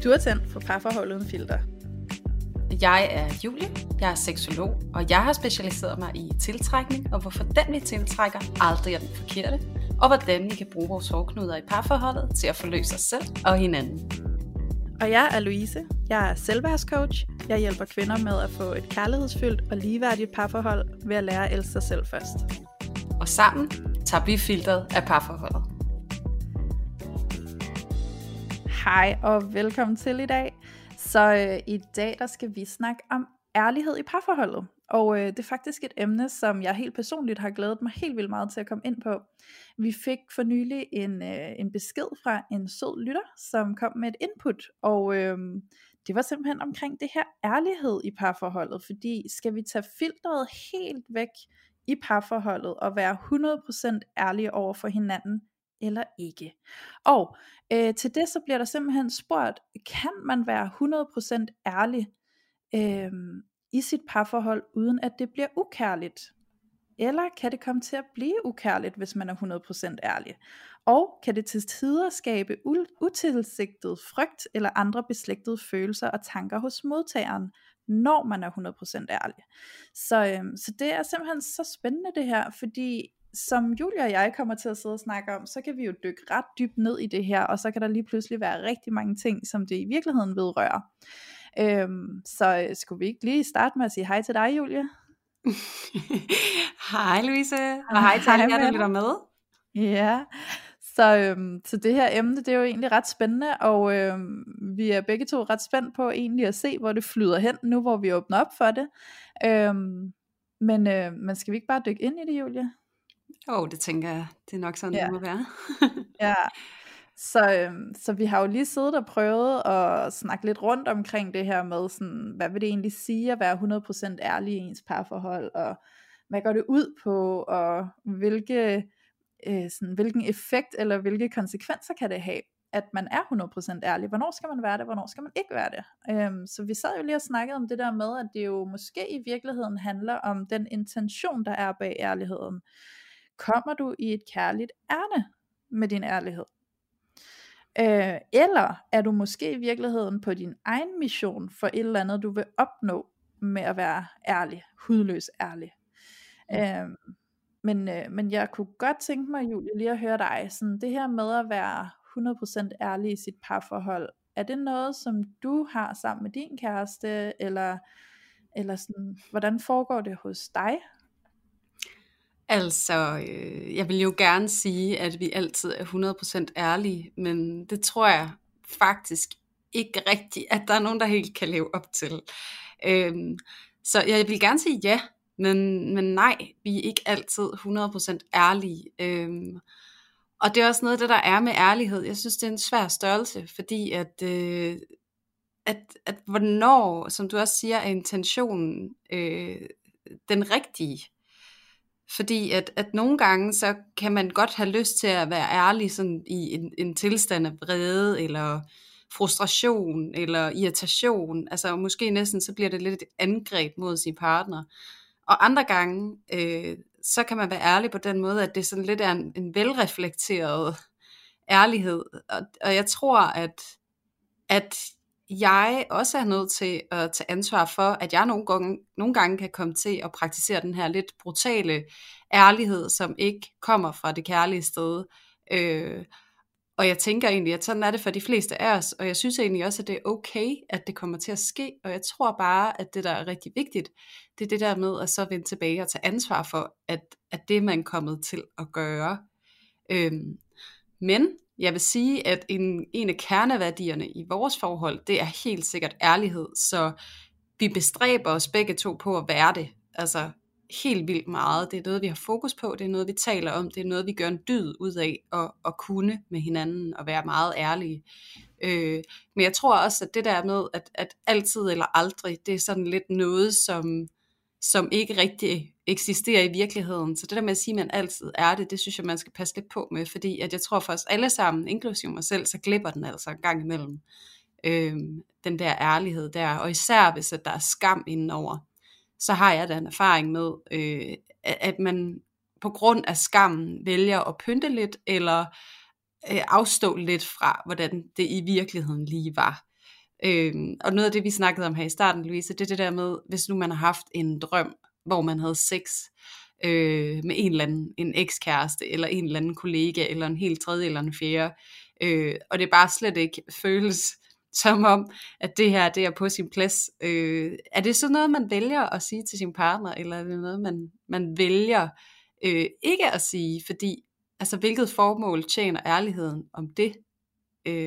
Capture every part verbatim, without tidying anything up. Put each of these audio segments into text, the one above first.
Du er tændt for Parforhold uden filter. Jeg er Julie, jeg er seksolog, og jeg har specialiseret mig i tiltrækning, og hvorfor den vi tiltrækker aldrig er den forkerte, og hvordan vi kan bruge vores hårdknuder i parforholdet til at forløse os selv og hinanden. Og jeg er Louise, jeg er selvværdscoach. Jeg hjælper kvinder med at få et kærlighedsfyldt og ligeværdigt parforhold ved at lære at elske sig selv først. Og sammen tager vi filteret af parforholdet. Hej og velkommen til i dag. Så øh, i dag der skal vi snakke om ærlighed i parforholdet. Og øh, det er faktisk et emne, som jeg helt personligt har glædet mig helt vildt meget til at komme ind på. Vi fik for nylig en, øh, en besked fra en sød lytter, som kom med et input. Og øh, det var simpelthen omkring det her ærlighed i parforholdet. Fordi skal vi tage filteret helt væk i parforholdet og være hundrede procent ærlige over for hinanden, eller ikke? Og øh, til det så bliver der simpelthen spurgt, kan man være hundrede procent ærlig øh, i sit parforhold, uden at det bliver ukærligt? Eller kan det komme til at blive ukærligt, hvis man er hundrede procent ærlig? Og kan det til tider skabe u- utilsigtet frygt eller andre beslægtede følelser og tanker hos modtageren, når man er hundrede procent ærlig? Så, øh, så det er simpelthen så spændende det her, fordi som Julia og jeg kommer til at sidde og snakke om, så kan vi jo dykke ret dybt ned i det her, og så kan der lige pludselig være rigtig mange ting, som det i virkeligheden vedrører. Øhm, så skulle vi ikke lige starte med at sige hej til dig, Julia? Hej Louise, og hej til alle jer, der lytter med. Ja, så, øhm, så det her emne, det er jo egentlig ret spændende, og øhm, vi er begge to ret spændt på egentlig at se, hvor det flyder hen, nu hvor vi åbner op for det. Øhm, men, øh, men skal vi ikke bare dykke ind i det, Julia? Åh, oh, det tænker jeg, det er nok sådan, ja. Det må være. Ja, så, øhm, så vi har jo lige siddet og prøvet at snakke lidt rundt omkring det her med, sådan, hvad vil det egentlig sige at være hundrede procent ærlig i ens parforhold, og hvad går det ud på, og hvilke, øh, sådan, hvilken effekt eller hvilke konsekvenser kan det have, at man er hundrede procent ærlig. Hvornår skal man være det, hvornår skal man ikke være det? Øhm, så vi sad jo lige og snakkede om det der med, at det jo måske i virkeligheden handler om den intention, der er bag ærligheden. Kommer du i et kærligt ærne med din ærlighed? Øh, eller er du måske i virkeligheden på din egen mission for et eller andet, du vil opnå med at være ærlig, hudløs ærlig? Mm. Øh, men, øh, men jeg kunne godt tænke mig, Julie, lige at høre dig. Sådan, det her med at være hundrede procent ærlig i sit parforhold, er det noget, som du har sammen med din kæreste, eller, eller sådan, hvordan foregår det hos dig? Altså, øh, jeg vil jo gerne sige, at vi altid er hundrede procent ærlige, men det tror jeg faktisk ikke rigtigt, at der er nogen, der helt kan leve op til. Øhm, så jeg vil gerne sige ja, men, men nej, vi er ikke altid hundrede procent ærlige. Øhm, og det er også noget af det, der er med ærlighed. Jeg synes, det er en svær størrelse, fordi at, øh, at, at hvornår, som du også siger, er intentionen øh, den rigtige. Fordi at, at nogle gange, så kan man godt have lyst til at være ærlig sådan i en, en tilstand af vrede, eller frustration, eller irritation. Altså måske næsten, så bliver det lidt et angreb mod sin partner. Og andre gange, øh, så kan man være ærlig på den måde, at det sådan lidt er en, en velreflekteret ærlighed. Og, og jeg tror, at, at jeg også er nødt til at tage ansvar for, at jeg nogle gange, nogle gange kan komme til at praktisere den her lidt brutale ærlighed, som ikke kommer fra det kærlige sted. Øh, og jeg tænker egentlig, at sådan er det for de fleste af os, og jeg synes egentlig også, at det er okay, at det kommer til at ske, og jeg tror bare, at det, der er rigtig vigtigt, det er det der med at så vende tilbage og tage ansvar for, at, at det man er kommet til at gøre. Øh, men jeg vil sige, at en, en af kerneværdierne i vores forhold, det er helt sikkert ærlighed, så vi bestræber os begge to på at være det, altså helt vildt meget. Det er noget, vi har fokus på, det er noget, vi taler om, det er noget, vi gør en dyd ud af at, at kunne med hinanden og være meget ærlige. Øh, men jeg tror også, at det der med, at, at altid eller aldrig, det er sådan lidt noget, som, som ikke rigtig eksisterer i virkeligheden. Så det der med at sige, at man altid er det, det synes jeg, man skal passe lidt på med, fordi at jeg tror for os alle sammen, inklusive mig selv, så glipper den altså en gang imellem. Øh, den der ærlighed der, og især hvis at der er skam indenover, så har jeg da en erfaring med, øh, at man på grund af skammen vælger at pynte lidt, eller øh, afstå lidt fra, hvordan det i virkeligheden lige var. Øhm, og noget af det, vi snakkede om her i starten, Louise, det er det der med, hvis nu man har haft en drøm, hvor man havde sex øh, med en eller anden, en ekskæreste, eller en eller anden kollega, eller en helt tredje, eller en fjerde, øh, og det bare slet ikke føles som om, at det her, det er på sin plads. Øh, er det så noget, man vælger at sige til sin partner, eller er det noget, man, man vælger øh, ikke at sige, fordi, altså hvilket formål tjener ærligheden om det? Øh,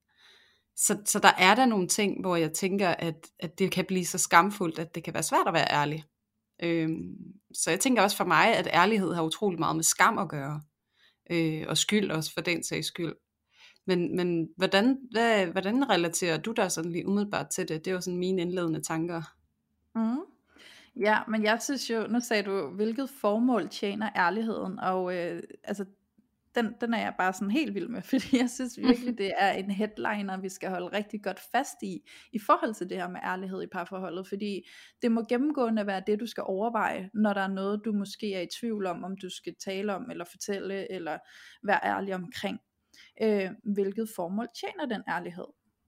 så, så der er der nogle ting, hvor jeg tænker, at, at det kan blive så skamfuldt, at det kan være svært at være ærlig. Øh, så jeg tænker også for mig, at ærlighed har utrolig meget med skam at gøre, øh, og skyld også for den sags skyld. Men, men hvordan, hvad, hvordan relaterer du dig sådan lige umiddelbart til det? Det var sådan mine indledende tanker. Mm. Ja, men jeg synes jo, nu sagde du, hvilket formål tjener ærligheden, og øh, altså, den, den er jeg bare sådan helt vild med, fordi jeg synes virkelig, det er en headliner, vi skal holde rigtig godt fast i, i forhold til det her med ærlighed i parforholdet, fordi det må gennemgående være det, du skal overveje, når der er noget, du måske er i tvivl om, om du skal tale om, eller fortælle, eller være ærlig omkring. Øh, hvilket formål tjener den ærlighed?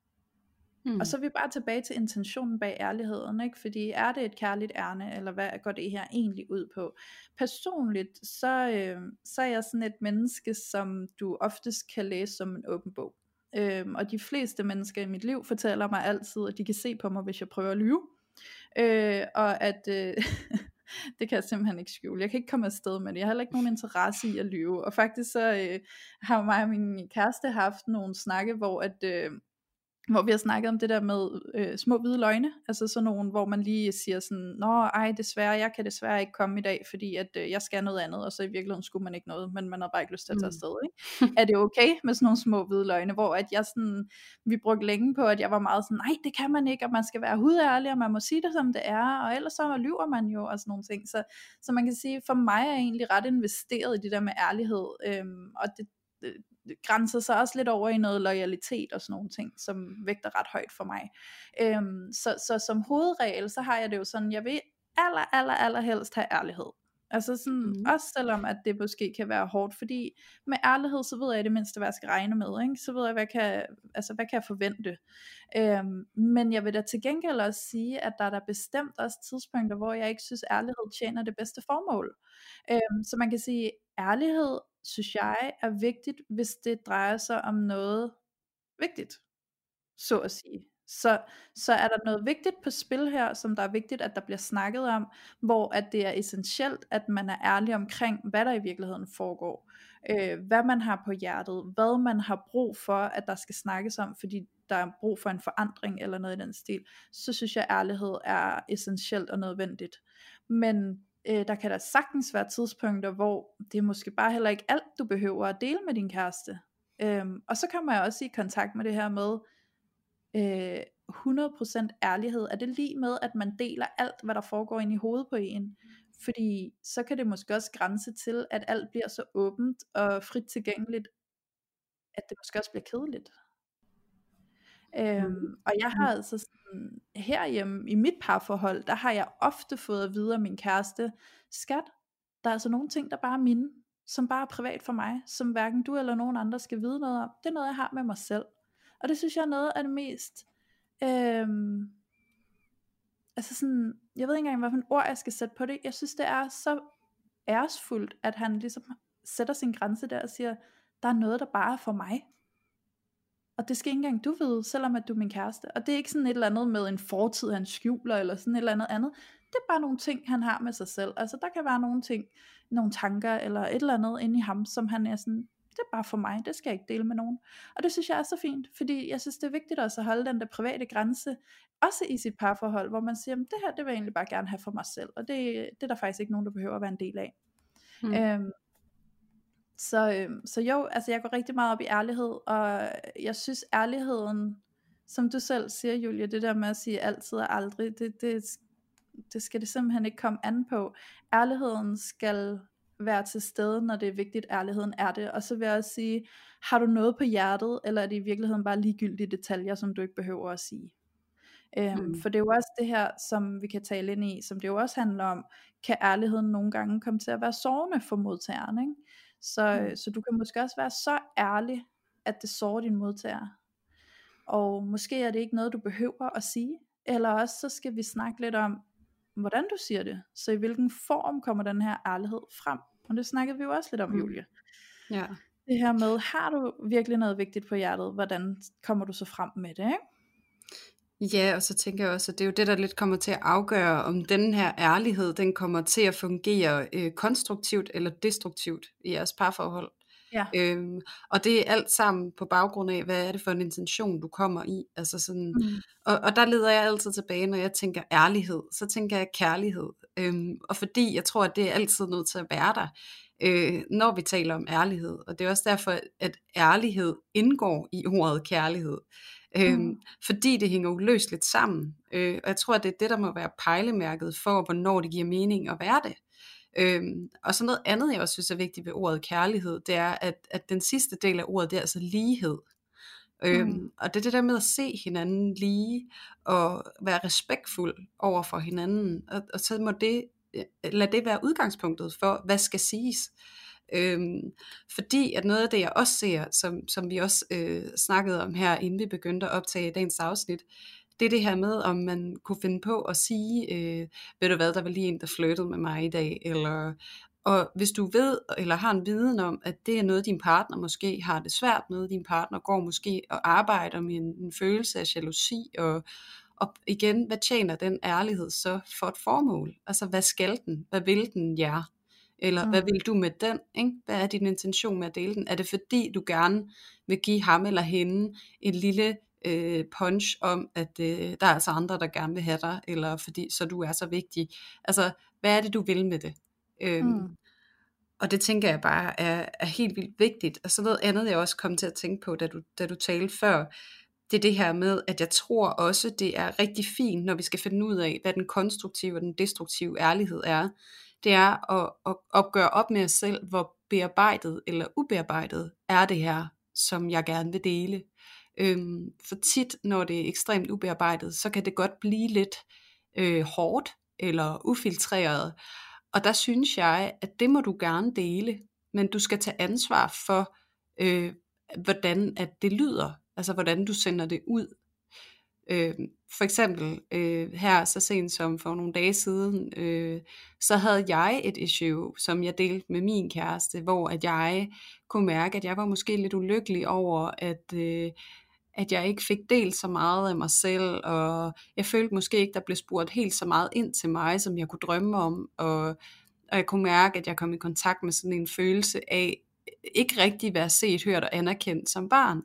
Hmm. Og så er vi bare tilbage til intentionen bag ærligheden, ikke? Fordi er det et kærligt ærne, eller hvad går det her egentlig ud på? Personligt, så, øh, så er jeg sådan et menneske, som du oftest kan læse som en åben bog. Øh, og de fleste mennesker i mit liv fortæller mig altid, at de kan se på mig, hvis jeg prøver at lyve. Øh, og at... Øh, det kan jeg simpelthen ikke skjule. Jeg kan ikke komme afsted med det. Jeg har heller ikke nogen interesse i at lyve. Og faktisk så øh, har mig og min kæreste haft nogle snakke, hvor at... Øh, hvor vi har snakket om det der med øh, små hvide løgne, altså sådan nogle, hvor man lige siger sådan, nå ej desværre, jeg kan desværre ikke komme i dag, fordi at øh, jeg skal noget andet, og så i virkeligheden skulle man ikke noget, men man har bare ikke lyst til at tage afsted, ikke? Er det okay med sådan nogle små hvide løgne, hvor at jeg sådan, vi brugte længe på, at jeg var meget sådan, nej det kan man ikke, og man skal være hudærlig, og man må sige det som det er, og ellers så lyver man jo, og sådan nogle ting, så, så man kan sige, for mig er jeg egentlig ret investeret i det der med ærlighed, øhm, og det grænser sig også lidt over i noget loyalitet og sådan nogle ting, som vægter ret højt for mig. Øhm, så, så som hovedregel, så har jeg det jo sådan, jeg vil aller, aller, aller helst have ærlighed. Altså sådan, mm. også selvom at det måske kan være hårdt, fordi med ærlighed, så ved jeg i det mindste, hvad jeg skal regne med, ikke? Så ved jeg, hvad kan, altså, hvad kan jeg forvente. Øhm, men jeg vil da til gengæld også sige, at der er der bestemt også tidspunkter, hvor jeg ikke synes, ærlighed tjener det bedste formål. Øhm, så man kan sige, ærlighed, synes jeg, er vigtigt, hvis det drejer sig om noget vigtigt, så at sige. Så, så er der noget vigtigt på spil her, som der er vigtigt, at der bliver snakket om, hvor at det er essentielt, at man er ærlig omkring, hvad der i virkeligheden foregår, øh, hvad man har på hjertet, hvad man har brug for, at der skal snakkes om, fordi der er brug for en forandring, eller noget i den stil. Så synes jeg, ærlighed er essentielt og nødvendigt. Men øh, der kan da sagtens være tidspunkter, hvor det er måske bare heller ikke alt, du behøver at dele med din kæreste. Øhm, og så kommer jeg også i kontakt med det her med, Øh, hundrede procent ærlighed, er det lige med at man deler alt hvad der foregår ind i hovedet på en, fordi så kan det måske også grænse til at alt bliver så åbent og frit tilgængeligt, at det måske også bliver kedeligt. øhm, og jeg har altså sådan, herhjemme i mit parforhold, der har jeg ofte fået at vide af min kæreste, skat, der er altså nogle ting der bare er mine, som bare er privat for mig, som hverken du eller nogen andre skal vide noget om. Det er noget jeg har med mig selv. Og det synes jeg er noget af det mest, øhm, altså sådan, jeg ved ikke engang, hvilken ord jeg skal sætte på det. Jeg synes, det er så æresfuldt, at han ligesom sætter sin grænse der og siger, der er noget, der bare er for mig. Og det skal ikke engang du vide, selvom at du er min kæreste. Og det er ikke sådan et eller andet med en fortid, han skjuler, eller sådan et eller andet andet. Det er bare nogle ting, han har med sig selv. Altså, der kan være nogle ting, nogle tanker, eller et eller andet inde i ham, som han er sådan, det er bare for mig, det skal jeg ikke dele med nogen. Og det synes jeg er så fint, fordi jeg synes det er vigtigt også at holde den der private grænse, også i sit parforhold, hvor man siger, det her, det vil jeg egentlig bare gerne have for mig selv, og det, det er der faktisk ikke nogen, der behøver at være en del af. Mm. Øhm, så, øhm, så jo, altså jeg går rigtig meget op i ærlighed, og jeg synes ærligheden, som du selv siger, Julie, det der med at sige altid og aldrig, det, det, det skal det simpelthen ikke komme an på. Ærligheden skal være til stede, når det er vigtigt, ærligheden er det. Og så vil jeg også sige, har du noget på hjertet, eller er det i virkeligheden bare ligegyldige detaljer, som du ikke behøver at sige? Øhm, mm. For det er jo også det her, som vi kan tale ind i, som det jo også handler om, kan ærligheden nogle gange komme til at være sårende for modtageren, ikke? Så, mm. så du kan måske også være så ærlig, at det sårer din modtager. og måske er det ikke noget, du behøver at sige, eller også så skal vi snakke lidt om, hvordan du siger det, så i hvilken form kommer den her ærlighed frem, og det snakkede vi jo også lidt om, Mm. Julie. Ja. Det her med, har du virkelig noget vigtigt på hjertet, hvordan kommer du så frem med det, ikke? Ja, og så tænker jeg også, at det er jo det, der lidt kommer til at afgøre, om den her ærlighed, den kommer til at fungere øh, konstruktivt eller destruktivt i jeres parforhold. Ja. Øhm, og det er alt sammen på baggrund af, hvad er det for en intention, du kommer i. Altså sådan, Mm. og, og der leder jeg altid tilbage, når jeg tænker ærlighed, så tænker jeg kærlighed. Øhm, og fordi jeg tror, at det er altid nødt til at være der, øh, når vi taler om ærlighed. Og det er også derfor, at ærlighed indgår i ordet kærlighed. Øhm, Mm. fordi det hænger uløseligt sammen. Øh, og jeg tror, at det er det, der må være pejlemærket for, hvornår det giver mening at være det. Øhm, og så noget andet, jeg også synes er vigtigt ved ordet kærlighed, det er, at, at den sidste del af ordet, det er altså lighed. Øhm, Mm. og det er det der med at se hinanden lige, og være respektfuld over for hinanden, og, og så må det, lad det være udgangspunktet for, hvad skal siges. Øhm, fordi at noget af det, jeg også ser, som, som vi også øh, snakkede om her, inden vi begyndte at optage dagens afsnit, det er det her med, om man kunne finde på at sige, øh, ved du hvad, der var lige en, der flirtede med mig i dag, eller, og hvis du ved, eller har en viden om, at det er noget, din partner måske har det svært med, din partner går måske og arbejder med en, en følelse af jalousi, og, og igen, hvad tjener den ærlighed så for et formål? Altså, hvad skal den? Hvad vil den jer? Eller Mm. hvad vil du med den? Ikke? Hvad er din intention med at dele den? Er det fordi, du gerne vil give ham eller hende en lille øh, punch om, at øh, der er altså andre, der gerne vil have dig, eller fordi så du er så vigtig? Altså, hvad er det, du vil med det? Øhm, Mm. og det tænker jeg bare er, er helt vildt vigtigt. Og så noget andet, jeg også kom til at tænke på, da du, da du talte før, det er det her med, at jeg tror også, det er rigtig fint, når vi skal finde ud af, hvad den konstruktive og den destruktive ærlighed er. Det er at, at, at gøre op med os selv, hvor bearbejdet eller ubearbejdet er det her, som jeg gerne vil dele. Øhm, for tit, når det er ekstremt ubearbejdet, så kan det godt blive lidt øh, hårdt eller ufiltreret. Og der synes jeg, at det må du gerne dele, men du skal tage ansvar for, øh, hvordan at det lyder, altså hvordan du sender det ud. Øh, for eksempel øh, her så sent som for nogle dage siden, øh, så havde jeg et issue, som jeg delte med min kæreste, hvor at jeg kunne mærke, at jeg var måske lidt ulykkelig over, at, øh, at jeg ikke fik delt så meget af mig selv, og jeg følte måske ikke, der blev spurgt helt så meget ind til mig, som jeg kunne drømme om, og, og jeg kunne mærke, at jeg kom i kontakt med sådan en følelse af ikke rigtig være set, hørt og anerkendt som barn.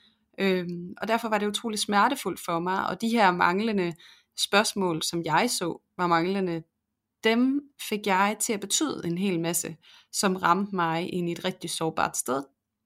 Øhm, og derfor var det utrolig smertefuldt for mig, og de her manglende spørgsmål, som jeg så var manglende, dem fik jeg til at betyde en hel masse, som ramte mig ind i et rigtig sårbart sted.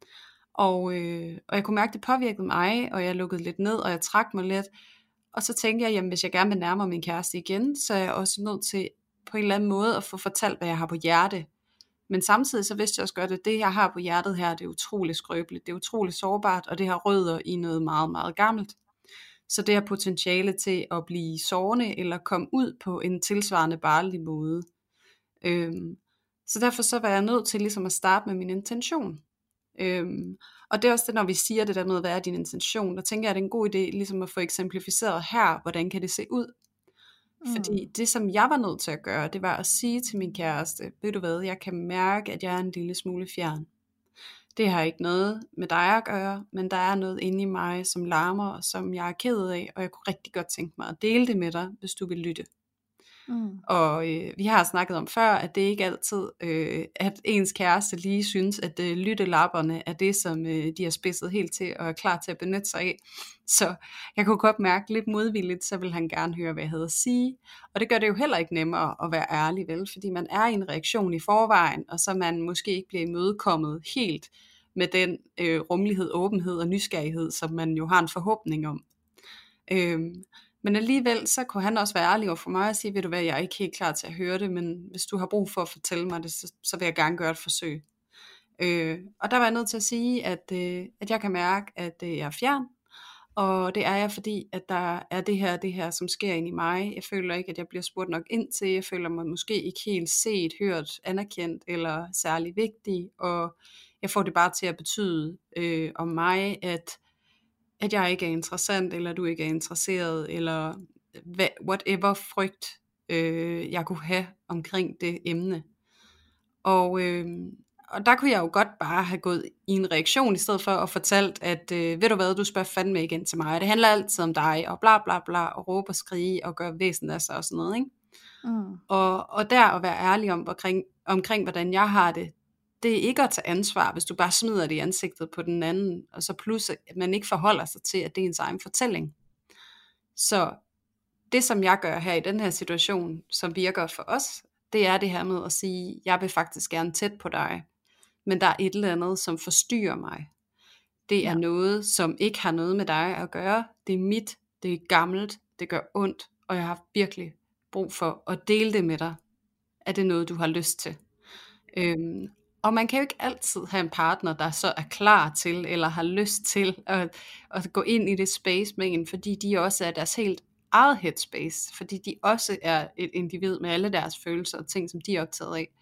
Og, øh, og jeg kunne mærke, det påvirkede mig, og jeg lukkede lidt ned, og jeg trak mig lidt. Og så tænkte jeg, jamen hvis jeg gerne vil nærme min kæreste igen, så er jeg også nødt til på en eller anden måde at få fortalt, hvad jeg har på hjerte. Men samtidig så vidste jeg også godt, at det jeg har på hjertet her, det er utroligt skrøbeligt, det er utroligt sårbart, og det har rødder i noget meget, meget gammelt. Så det har potentiale til at blive sårende, eller komme ud på en tilsvarende barnlig måde. Øhm, så derfor så var jeg nødt til ligesom at starte med min intention. Øhm, og det er også det, når vi siger det der med, hvad er din intention, der tænker jeg, at det er en god idé ligesom at få eksemplificeret her, hvordan kan det se ud. Mm. Fordi det som jeg var nødt til at gøre, det var at sige til min kæreste, ved du hvad, jeg kan mærke, at jeg er en lille smule fjern. Det har ikke noget med dig at gøre, men der er noget inde i mig, som larmer, og som jeg er ked af, og jeg kunne rigtig godt tænke mig at dele det med dig, hvis du vil lytte. Mm. Og øh, vi har snakket om før, at det ikke altid, øh, at ens kæreste lige synes, at øh, lyttelapperne er det, som øh, de har spidset helt til og er klar til at benytte sig af. Så jeg kunne godt mærke lidt modvilligt, så vil han gerne høre, hvad jeg havde at sige. Og det gør det jo heller ikke nemmere at være ærlig, vel? Fordi man er i en reaktion i forvejen, og så man måske ikke bliver imødekommet helt med den øh, rummelighed, åbenhed og nysgerrighed, som man jo har en forhåbning om. Øhm, Men alligevel, så kunne han også være ærlig over for mig og sige, ved du hvad, jeg er ikke helt klar til at høre det, men hvis du har brug for at fortælle mig det, så, så vil jeg gerne gøre et forsøg. Øh, og der var jeg nødt til at sige, at, øh, at jeg kan mærke, at øh, jeg er fjern, og det er jeg, fordi at der er det her, det her, som sker inde i mig. Jeg føler ikke, at jeg bliver spurgt nok ind til, jeg føler mig måske ikke helt set, hørt, anerkendt eller særlig vigtig, og jeg får det bare til at betyde øh, om mig, at at jeg ikke er interessant, eller du ikke er interesseret, eller whatever frygt, øh, jeg kunne have omkring det emne. Og, øh, og der kunne jeg jo godt bare have gået i en reaktion, i stedet for at fortalt, at øh, ved du hvad, du spørger fandme ikke ind til mig, det handler altid om dig, og bla bla bla, og råbe og skrige, og gøre væsen af sig og sådan noget, ikke? Mm. Og, og der at være ærlig om, omkring, omkring, hvordan jeg har det, det er ikke at tage ansvar, hvis du bare smider det i ansigtet på den anden, og så plus, at man ikke forholder sig til, at det er ens egen fortælling. Så det, som jeg gør her i den her situation, som virker for os, det er det her med at sige, jeg vil faktisk gerne tæt på dig, men der er et eller andet, som forstyrrer mig. Det er ja. noget, som ikke har noget med dig at gøre. Det er mit, det er gammelt, det gør ondt, og jeg har virkelig brug for at dele det med dig. Er det noget, du har lyst til? Øhm, og man kan jo ikke altid have en partner, der så er klar til, eller har lyst til at, at gå ind i det space med en, fordi de også er deres helt eget headspace, fordi de også er et individ med alle deres følelser og ting, som de er optaget af.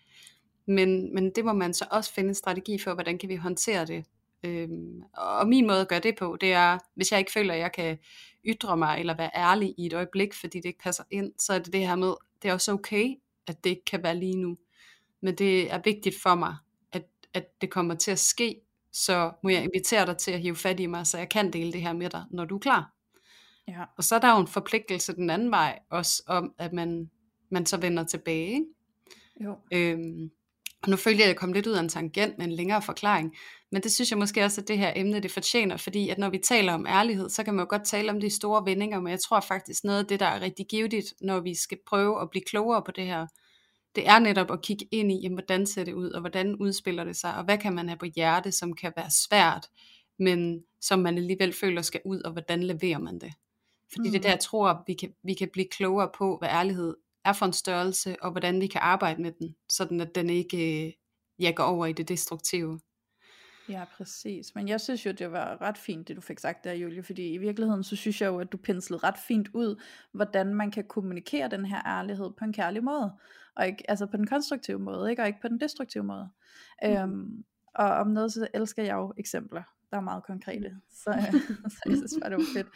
Men, men det må man så også finde en strategi for, hvordan kan vi håndtere det. Øhm, og min måde at gøre det på, det er, hvis jeg ikke føler, at jeg kan ytre mig, eller være ærlig i et øjeblik, fordi det ikke passer ind, så er det det her med, det er også okay, at det ikke kan være lige nu. Men det er vigtigt for mig, at, at det kommer til at ske, så må jeg invitere dig til at hive fat i mig, så jeg kan dele det her med dig, når du er klar. Ja. Og så er der jo en forpligtelse den anden vej, også om, at man, man så vender tilbage. Ikke? Jo. Øhm, og nu følger jeg, at jeg kom lidt ud af en tangent med en længere forklaring, men det synes jeg måske også, at det her emne, det fortjener, fordi at når vi taler om ærlighed, så kan man jo godt tale om de store vendinger, men jeg tror faktisk noget af det, der er rigtig givetigt, når vi skal prøve at blive klogere på det her, det er netop at kigge ind i, jamen, hvordan ser det ud, og hvordan udspiller det sig, og hvad kan man have på hjerte, som kan være svært, men som man alligevel føler skal ud, og hvordan leverer man det. Fordi mm. det der, jeg tror, vi kan, vi kan blive klogere på, hvad ærlighed er for en størrelse, og hvordan vi kan arbejde med den, sådan at den ikke øh, ja, går over i det destruktive. Ja, præcis. Men jeg synes jo, det var ret fint, det du fik sagt der, Julie, fordi i virkeligheden, så synes jeg jo, at du penslede ret fint ud, hvordan man kan kommunikere den her ærlighed på en kærlig måde, og ikke, altså på den konstruktive måde, ikke, og ikke på den destruktive måde. Mm. Øhm, og om noget, så elsker jeg jo eksempler, der er meget konkrete, så, så jeg synes bare, det var fedt.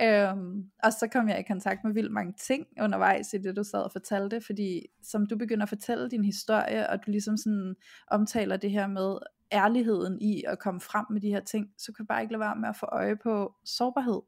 Øhm, og så kom jeg i kontakt med vildt mange ting undervejs i det, du sad og fortalte, fordi som du begynder at fortælle din historie, og du ligesom sådan omtaler det her med ærligheden i at komme frem med de her ting, så kan jeg bare ikke lade være med at få øje på sårbarhed.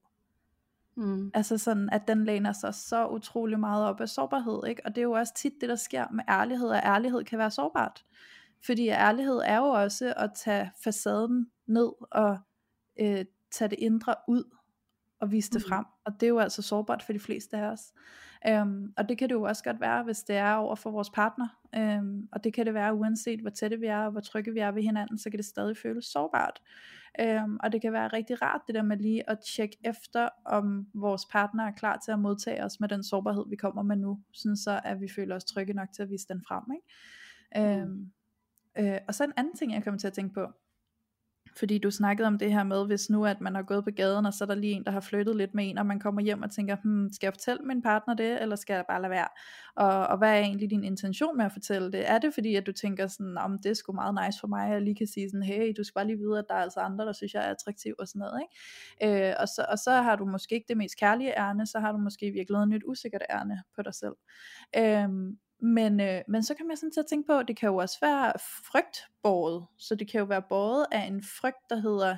Mm. Altså sådan, at den læner sig så utrolig meget op af sårbarhed, ikke? Og det er jo også tit det, der sker med ærlighed, og ærlighed kan være sårbart. Fordi ærlighed er jo også at tage facaden ned, og øh, tage det indre ud, og vise det mm. frem. Og det er jo altså sårbart for de fleste af os. Um, og det kan det jo også godt være, hvis det er over for vores partner. Um, og det kan det være uanset hvor tætte vi er, og hvor trygge vi er ved hinanden, så kan det stadig føles sårbart. Um, og det kan være rigtig rart det der med lige at tjekke efter, om vores partner er klar til at modtage os med den sårbarhed vi kommer med nu, sådan så at vi føler os trygge nok til at vise den frem, ikke? Um, mm. uh, og så en anden ting jeg kommer til at tænke på, fordi du snakkede om det her med, hvis nu at man har gået på gaden, og så er der lige en, der har flyttet lidt med en, og man kommer hjem og tænker, hmm, skal jeg fortælle min partner det, eller skal jeg bare lade være? Og, og hvad er egentlig din intention med at fortælle det? Er det fordi, at du tænker sådan, om det er sgu meget nice for mig, at jeg lige kan sige sådan, hey, du skal bare lige vide, at der er altså andre, der synes, jeg er attraktiv og sådan noget, ikke? Øh, og, så, og så har du måske ikke det mest kærlige ærne, så har du måske i virkeligheden et usikkert ærne på dig selv. Øh, Men, øh, men så kan man sådan til at tænke på, at det kan jo også være frygtbåret. Så det kan jo være båret af en frygt, der hedder,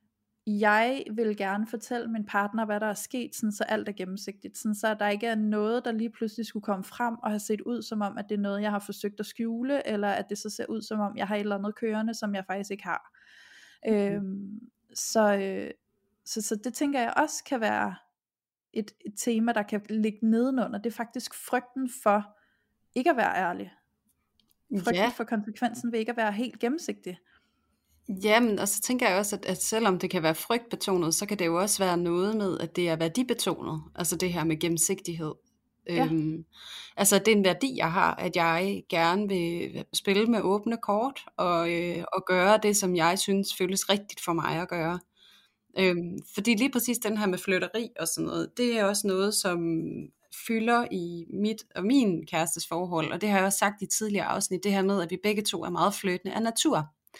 jeg vil gerne fortælle min partner, hvad der er sket, sådan så alt er gennemsigtigt. Sådan så der ikke er noget, der lige pludselig skulle komme frem og have set ud som om, at det er noget, jeg har forsøgt at skjule, eller at det så ser ud som om, jeg har et eller andet kørende, som jeg faktisk ikke har. Mm. Øhm, så, øh, så, så det tænker jeg også kan være et, et tema, der kan ligge nedenunder. Det er faktisk frygten for ikke at være ærlig. Frygten ja. for konsekvensen ved ikke at være helt gennemsigtig. Jamen, og så tænker jeg også, at, at selvom det kan være frygtbetonet, så kan det jo også være noget med, at det er værdibetonet. Altså det her med gennemsigtighed. Ja. Øhm, altså det er en værdi, jeg har, at jeg gerne vil spille med åbne kort, og, øh, og gøre det, som jeg synes føles rigtigt for mig at gøre. Øhm, fordi lige præcis den her med flytteri og sådan noget, det er også noget, som fylder i mit og min kærestes forhold, og det har jeg også sagt i tidligere afsnit, det her med, at vi begge to er meget flyttende af natur.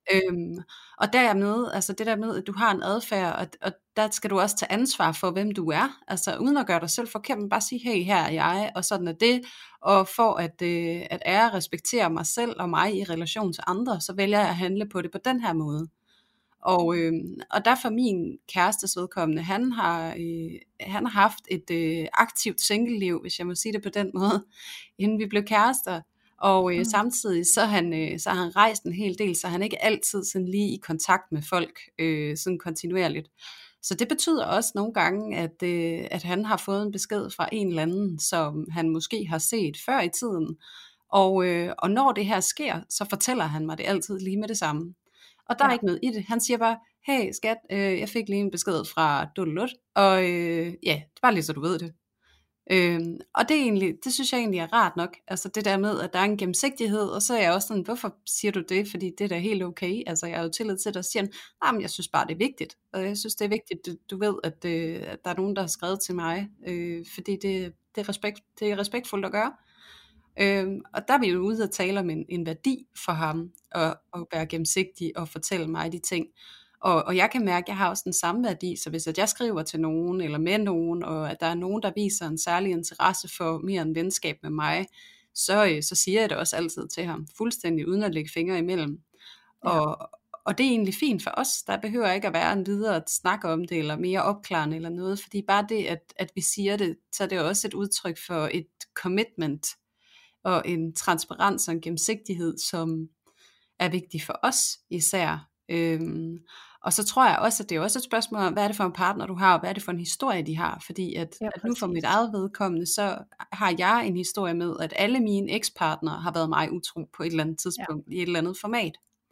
Øhm, og dermed, altså det der med, at du har en adfærd, og, og der skal du også tage ansvar for, hvem du er, altså uden at gøre dig selv forkert, men bare sige, hey, her er jeg, og sådan er det, og for at, øh, at ære og respektere mig selv og mig i relation til andre, så vælger jeg at handle på det på den her måde. Og, øh, og derfor min kærestes vedkommende, han har, øh, han har haft et øh, aktivt single-liv, hvis jeg må sige det på den måde, inden vi blev kærester. Og øh, Mm. samtidig så, han, øh, så har han rejst en hel del, så han er ikke altid sådan lige i kontakt med folk, øh, sådan kontinuerligt. Så det betyder også nogle gange, at, øh, at han har fået en besked fra en eller anden, som han måske har set før i tiden. Og, øh, og når det her sker, så fortæller han mig det altid lige med det samme. Og der er Ja. ikke noget i det. Han siger bare, hey skat, øh, jeg fik lige en besked fra Dullut, og øh, ja, det er bare lige så du ved det. Øhm, og det, er egentlig, det synes jeg egentlig er rart nok, altså det der med, at der er en gennemsigtighed, og så er jeg også sådan, hvorfor siger du det, fordi det er da helt okay, altså jeg har jo tillid til dig, og siger, nej, men jeg synes bare det er vigtigt, og jeg synes det er vigtigt, du, du ved, at, øh, at der er nogen, der har skrevet til mig, øh, fordi det, det, er respekt, det er respektfuldt at gøre. Øhm, og der er vi jo ude at tale om en, en værdi for ham, og, og være gennemsigtig og fortælle mig de ting. Og, og jeg kan mærke, at jeg har også den samme værdi, så hvis at jeg skriver til nogen, eller med nogen, og at der er nogen, der viser en særlig interesse for mere en venskab med mig, så, øh, så siger jeg det også altid til ham, fuldstændig uden at lægge fingre imellem. Ja. Og, og det er egentlig fint for os, der behøver ikke at være en videre at snakke om det, eller mere opklarende eller noget, fordi bare det, at, at vi siger det, så er det også et udtryk for et commitment, og en transparens og en gennemsigtighed, som er vigtig for os især. Øhm, og så tror jeg også, at det er også et spørgsmål om, hvad er det for en partner du har, og hvad er det for en historie de har, fordi at, Ja, at nu for mit præcis. eget vedkommende, så har jeg en historie med, at alle mine ekspartnere har været mig utro på et eller andet Ja. tidspunkt, i et eller andet format.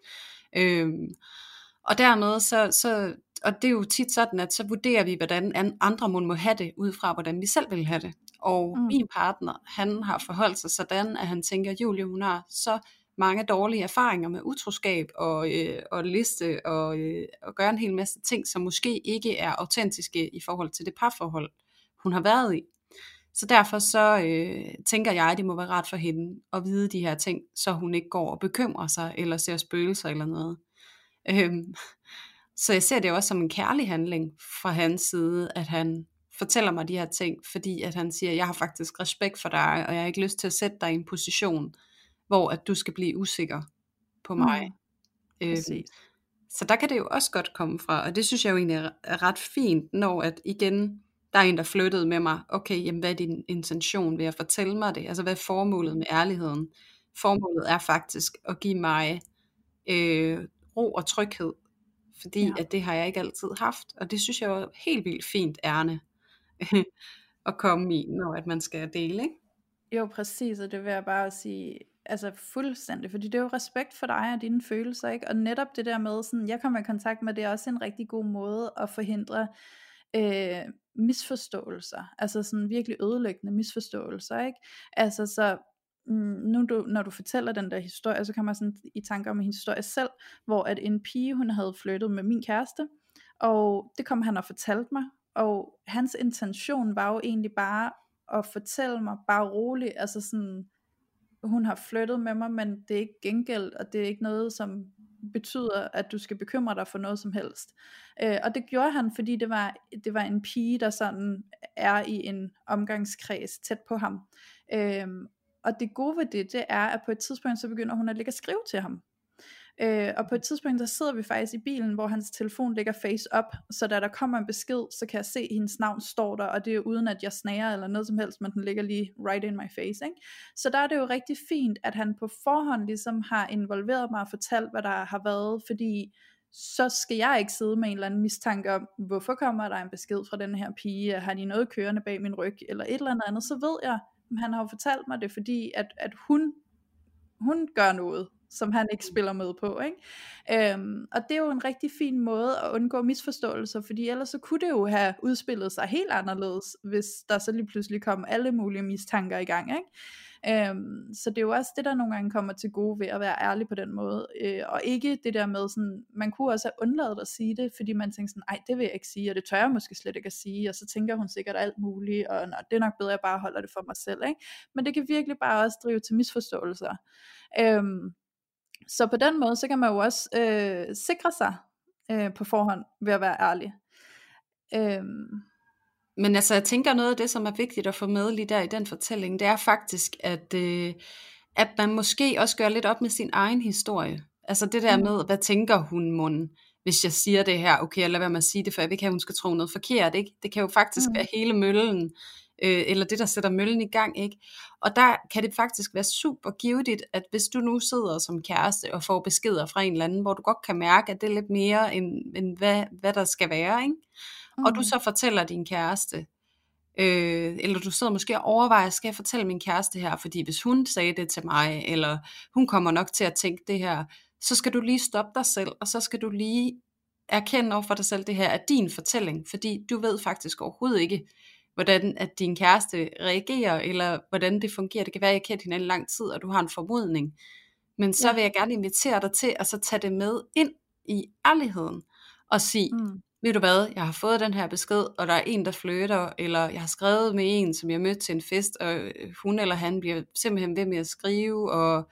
Øhm, og dermed så, så, og det er jo tit sådan, at så vurderer vi, hvordan andre må have det, ud fra hvordan vi selv vil have det. Og Mm. min partner, han har forholdt sig sådan, at han tænker, at Julie, hun har så mange dårlige erfaringer med utroskab og, øh, og liste og, øh, og gøre en hel masse ting, som måske ikke er autentiske i forhold til det parforhold, hun har været i. Så derfor så øh, tænker jeg, at det må være rart for hende at vide de her ting, så hun ikke går og bekymrer sig, eller ser spøgelser eller noget. Øhm, så jeg ser det også som en kærlig handling fra hans side, at han fortæller mig de her ting, fordi at han siger, jeg har faktisk respekt for dig, og jeg har ikke lyst til at sætte dig i en position, hvor at du skal blive usikker på mig. Mm. Øhm, Præcis. så der kan det jo også godt komme fra, og det synes jeg jo egentlig er ret fint, når at igen, der er en, der flyttede med mig, okay, jamen hvad er din intention ved at fortælle mig det? Altså hvad er formålet med ærligheden? Formålet er faktisk at give mig øh, ro og tryghed, fordi Ja. at det har jeg ikke altid haft, og det synes jeg er helt vildt fint ærne at komme i, når at man skal dele, ikke? Jo, præcis, og det vil jeg bare sige, altså fuldstændig, fordi det er jo respekt for dig og dine følelser, ikke? Og netop det der med, sådan, jeg kommer i kontakt med, det er også en rigtig god måde at forhindre øh, misforståelser, altså sådan virkelig ødelæggende misforståelser, ikke? Altså så, mm, nu du, når du fortæller den der historie, så kommer jeg sådan i tanke om en historie selv, hvor at en pige, hun havde flyttet med min kæreste, og det kom han og fortalte mig, og hans intention var jo egentlig bare at fortælle mig, bare roligt, altså sådan, hun har flyttet med mig, men det er ikke gengæld, og det er ikke noget, som betyder, at du skal bekymre dig for noget som helst. Øh, og det gjorde han, fordi det var, det var en pige, der sådan er i en omgangskreds tæt på ham. Øh, og det gode ved det, det er, at på et tidspunkt, så begynder hun at ligge og skrive til ham. Øh, og på et tidspunkt, der sidder vi faktisk i bilen, hvor hans telefon ligger face up, så da der kommer en besked, så kan jeg se, at hendes navn står der, og det er uden at jeg snager eller noget som helst, men den ligger lige right in my face, ikke? Så der er det jo rigtig fint, at han på forhånd ligesom har involveret mig og fortalt, hvad der har været, fordi så skal jeg ikke sidde med en eller anden mistanke om, hvorfor kommer der en besked fra den her pige, har de noget kørende bag min ryg, eller et eller andet, så ved jeg, han har jo fortalt mig det, fordi at, at hun, hun gør noget, som han ikke spiller med på, ikke? Øhm, og det er jo en rigtig fin måde at undgå misforståelser, fordi ellers så kunne det jo have udspillet sig helt anderledes, hvis der så lige pludselig kom alle mulige mistanker i gang, ikke? Øhm, så det er jo også det, der nogle gange kommer til gode ved at være ærlig på den måde, øh, og ikke det der med sådan, man kunne også have undladet at sige det, fordi man tænker sådan, ej, det vil jeg ikke sige, og det tør jeg måske slet ikke at sige, og så tænker hun sikkert alt muligt, og nå, det er nok bedre, at jeg bare holder det for mig selv, ikke? Men det kan virkelig bare også drive til misforståelser. Øhm, Så på den måde, så kan man jo også øh, sikre sig øh, på forhånd ved at være ærlig. Øhm. Men altså, jeg tænker, noget af det, som er vigtigt at få med lige der i den fortælling, det er faktisk, at, øh, at man måske også gør lidt op med sin egen historie. Altså det der Mm. med, hvad tænker hun mon, hvis jeg siger det her, okay, jeg lader være med at sige det, for jeg vil ikke have, hun skal tro noget forkert, ikke? Det kan jo faktisk Mm. være hele møllen, øh, eller det, der sætter møllen i gang, ikke? Og der kan det faktisk være super givetigt, at hvis du nu sidder som kæreste og får beskeder fra en eller anden, hvor du godt kan mærke, at det er lidt mere, end, end hvad, hvad der skal være, ikke? Mm. Og du så fortæller din kæreste, øh, eller du sidder måske og overvejer, skal jeg fortælle min kæreste her, fordi hvis hun sagde det til mig, eller hun kommer nok til at tænke det her, så skal du lige stoppe dig selv, og så skal du lige erkende over for dig selv, det her er din fortælling, fordi du ved faktisk overhovedet ikke, hvordan at din kæreste reagerer, eller hvordan det fungerer. Det kan være, at I har kendt hinanden lang tid, og du har en formodning. Men så Ja. vil jeg gerne invitere dig til, at så tage det med ind i ærligheden, og sige, Mm. ved du hvad, jeg har fået den her besked, og der er en, der flytter, eller jeg har skrevet med en, som jeg mødte til en fest, og hun eller han bliver simpelthen ved med at skrive, og,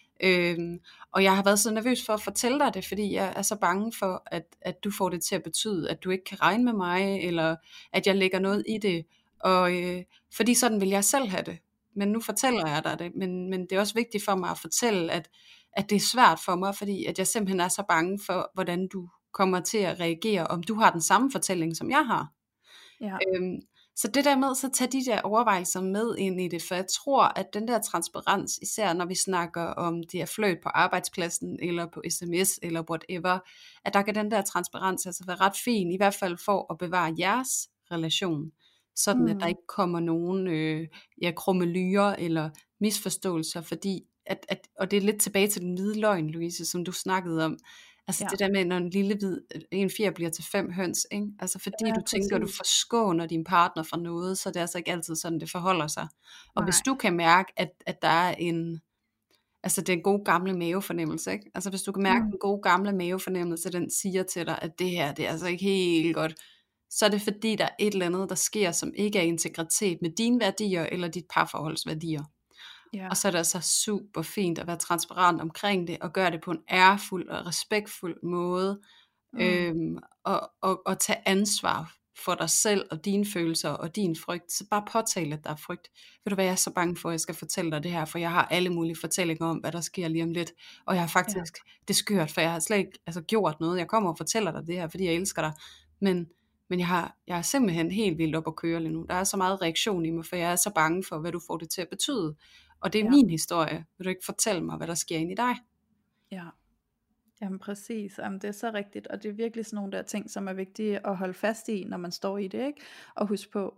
øhm, og jeg har været så nervøs for at fortælle dig det, fordi jeg er så bange for, at, at du får det til at betyde, at du ikke kan regne med mig, eller at jeg lægger noget i det, og øh, fordi sådan vil jeg selv have det. Men nu fortæller jeg dig det, men, men det er også vigtigt for mig at fortælle, at, at det er svært for mig, fordi at jeg simpelthen er så bange for, hvordan du kommer til at reagere, om du har den samme fortælling, som jeg har. Ja. Øhm, så det der med, så tag de der overvejelser med ind i det, for jeg tror, at den der transparens, især når vi snakker om det er fløjt på arbejdspladsen, eller på sms, eller whatever, at der kan den der transparens altså være ret fin, i hvert fald for at bevare jeres relation, sådan mm. at der ikke kommer nogen øh, ja, krummelyrer eller misforståelser, fordi, at, at, og det er lidt tilbage til den hvide løgn, Louise, som du snakkede om. Altså ja. Det der med, når en lille hvid, en fjer bliver til fem høns, ikke? Altså fordi ja, du tænker, du forskåner din partner fra noget, så det er altså ikke altid sådan, det forholder sig. Og Nej. Hvis du kan mærke, at, at der er en, altså det er en god gamle mavefornemmelse, ikke? Altså hvis du kan mærke mm. en god gamle mavefornemmelse, den siger til dig, at det her, det er altså ikke helt godt, så er det fordi, der er et eller andet, der sker, som ikke er integritet med dine værdier, eller dit parforholdsværdier. Ja. Og så er det altså super fint at være transparent omkring det, og gøre det på en ærefuld og respektfuld måde, mm. øhm, og, og, og tage ansvar for dig selv, og dine følelser, og din frygt. Så bare påtale, at der er frygt. Ved du hvad, jeg er så bange for, at jeg skal fortælle dig det her, for jeg har alle mulige fortællinger om, hvad der sker lige om lidt, og jeg har faktisk, ja. Det er skørt, for jeg har slet ikke altså, gjort noget, jeg kommer og fortæller dig det her, fordi jeg elsker dig, men Men jeg, har, jeg er simpelthen helt vildt op at køre lige nu. Der er så meget reaktion i mig, for jeg er så bange for, hvad du får det til at betyde. Og det er ja. Min historie. Vil du ikke fortælle mig, hvad der sker inde i dig? Ja, jamen præcis. Jamen, det er så rigtigt. Og det er virkelig sådan nogle der ting, som er vigtige at holde fast i, når man står i det, ikke? Og huske på.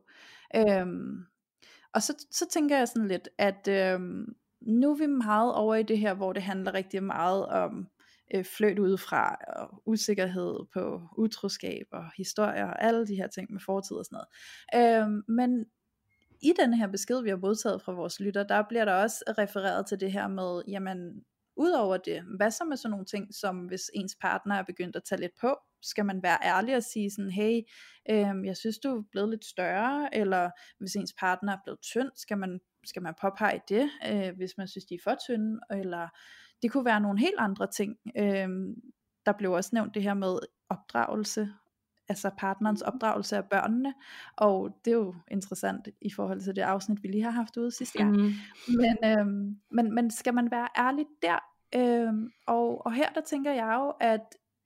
Øhm, og så, så tænker jeg sådan lidt, at øhm, nu er vi meget over i det her, hvor det handler rigtig meget om øh, fløjt udefra, og usikkerhed på utroskab, og historier, og alle de her ting med fortid og sådan noget. Øhm, men i den her besked, vi har modtaget fra vores lytter, der bliver der også refereret til det her med, jamen, udover det, hvad så med sådan nogle ting, som hvis ens partner er begyndt at tage lidt på, skal man være ærlig og sige sådan, hey, øh, jeg synes du er blevet lidt større, eller hvis ens partner er blevet tynd, skal man, skal man påpege det, øh, hvis man synes de er for tynde, eller det kunne være nogle helt andre ting. Øh, der blev også nævnt det her med opdragelse, altså partnerens opdragelse af børnene, og det er jo interessant i forhold til det afsnit, vi lige har haft ude sidste gang. Mm. Men, øhm, men, men skal man være ærlig der? Øhm, og, og her der tænker jeg jo, at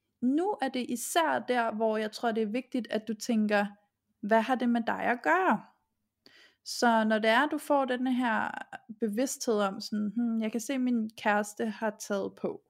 nu er det især der, hvor jeg tror, det er vigtigt, at du tænker, hvad har det med dig at gøre? Så når det er, du får den her bevidsthed om, sådan, hmm, jeg kan se, at min kæreste har taget på,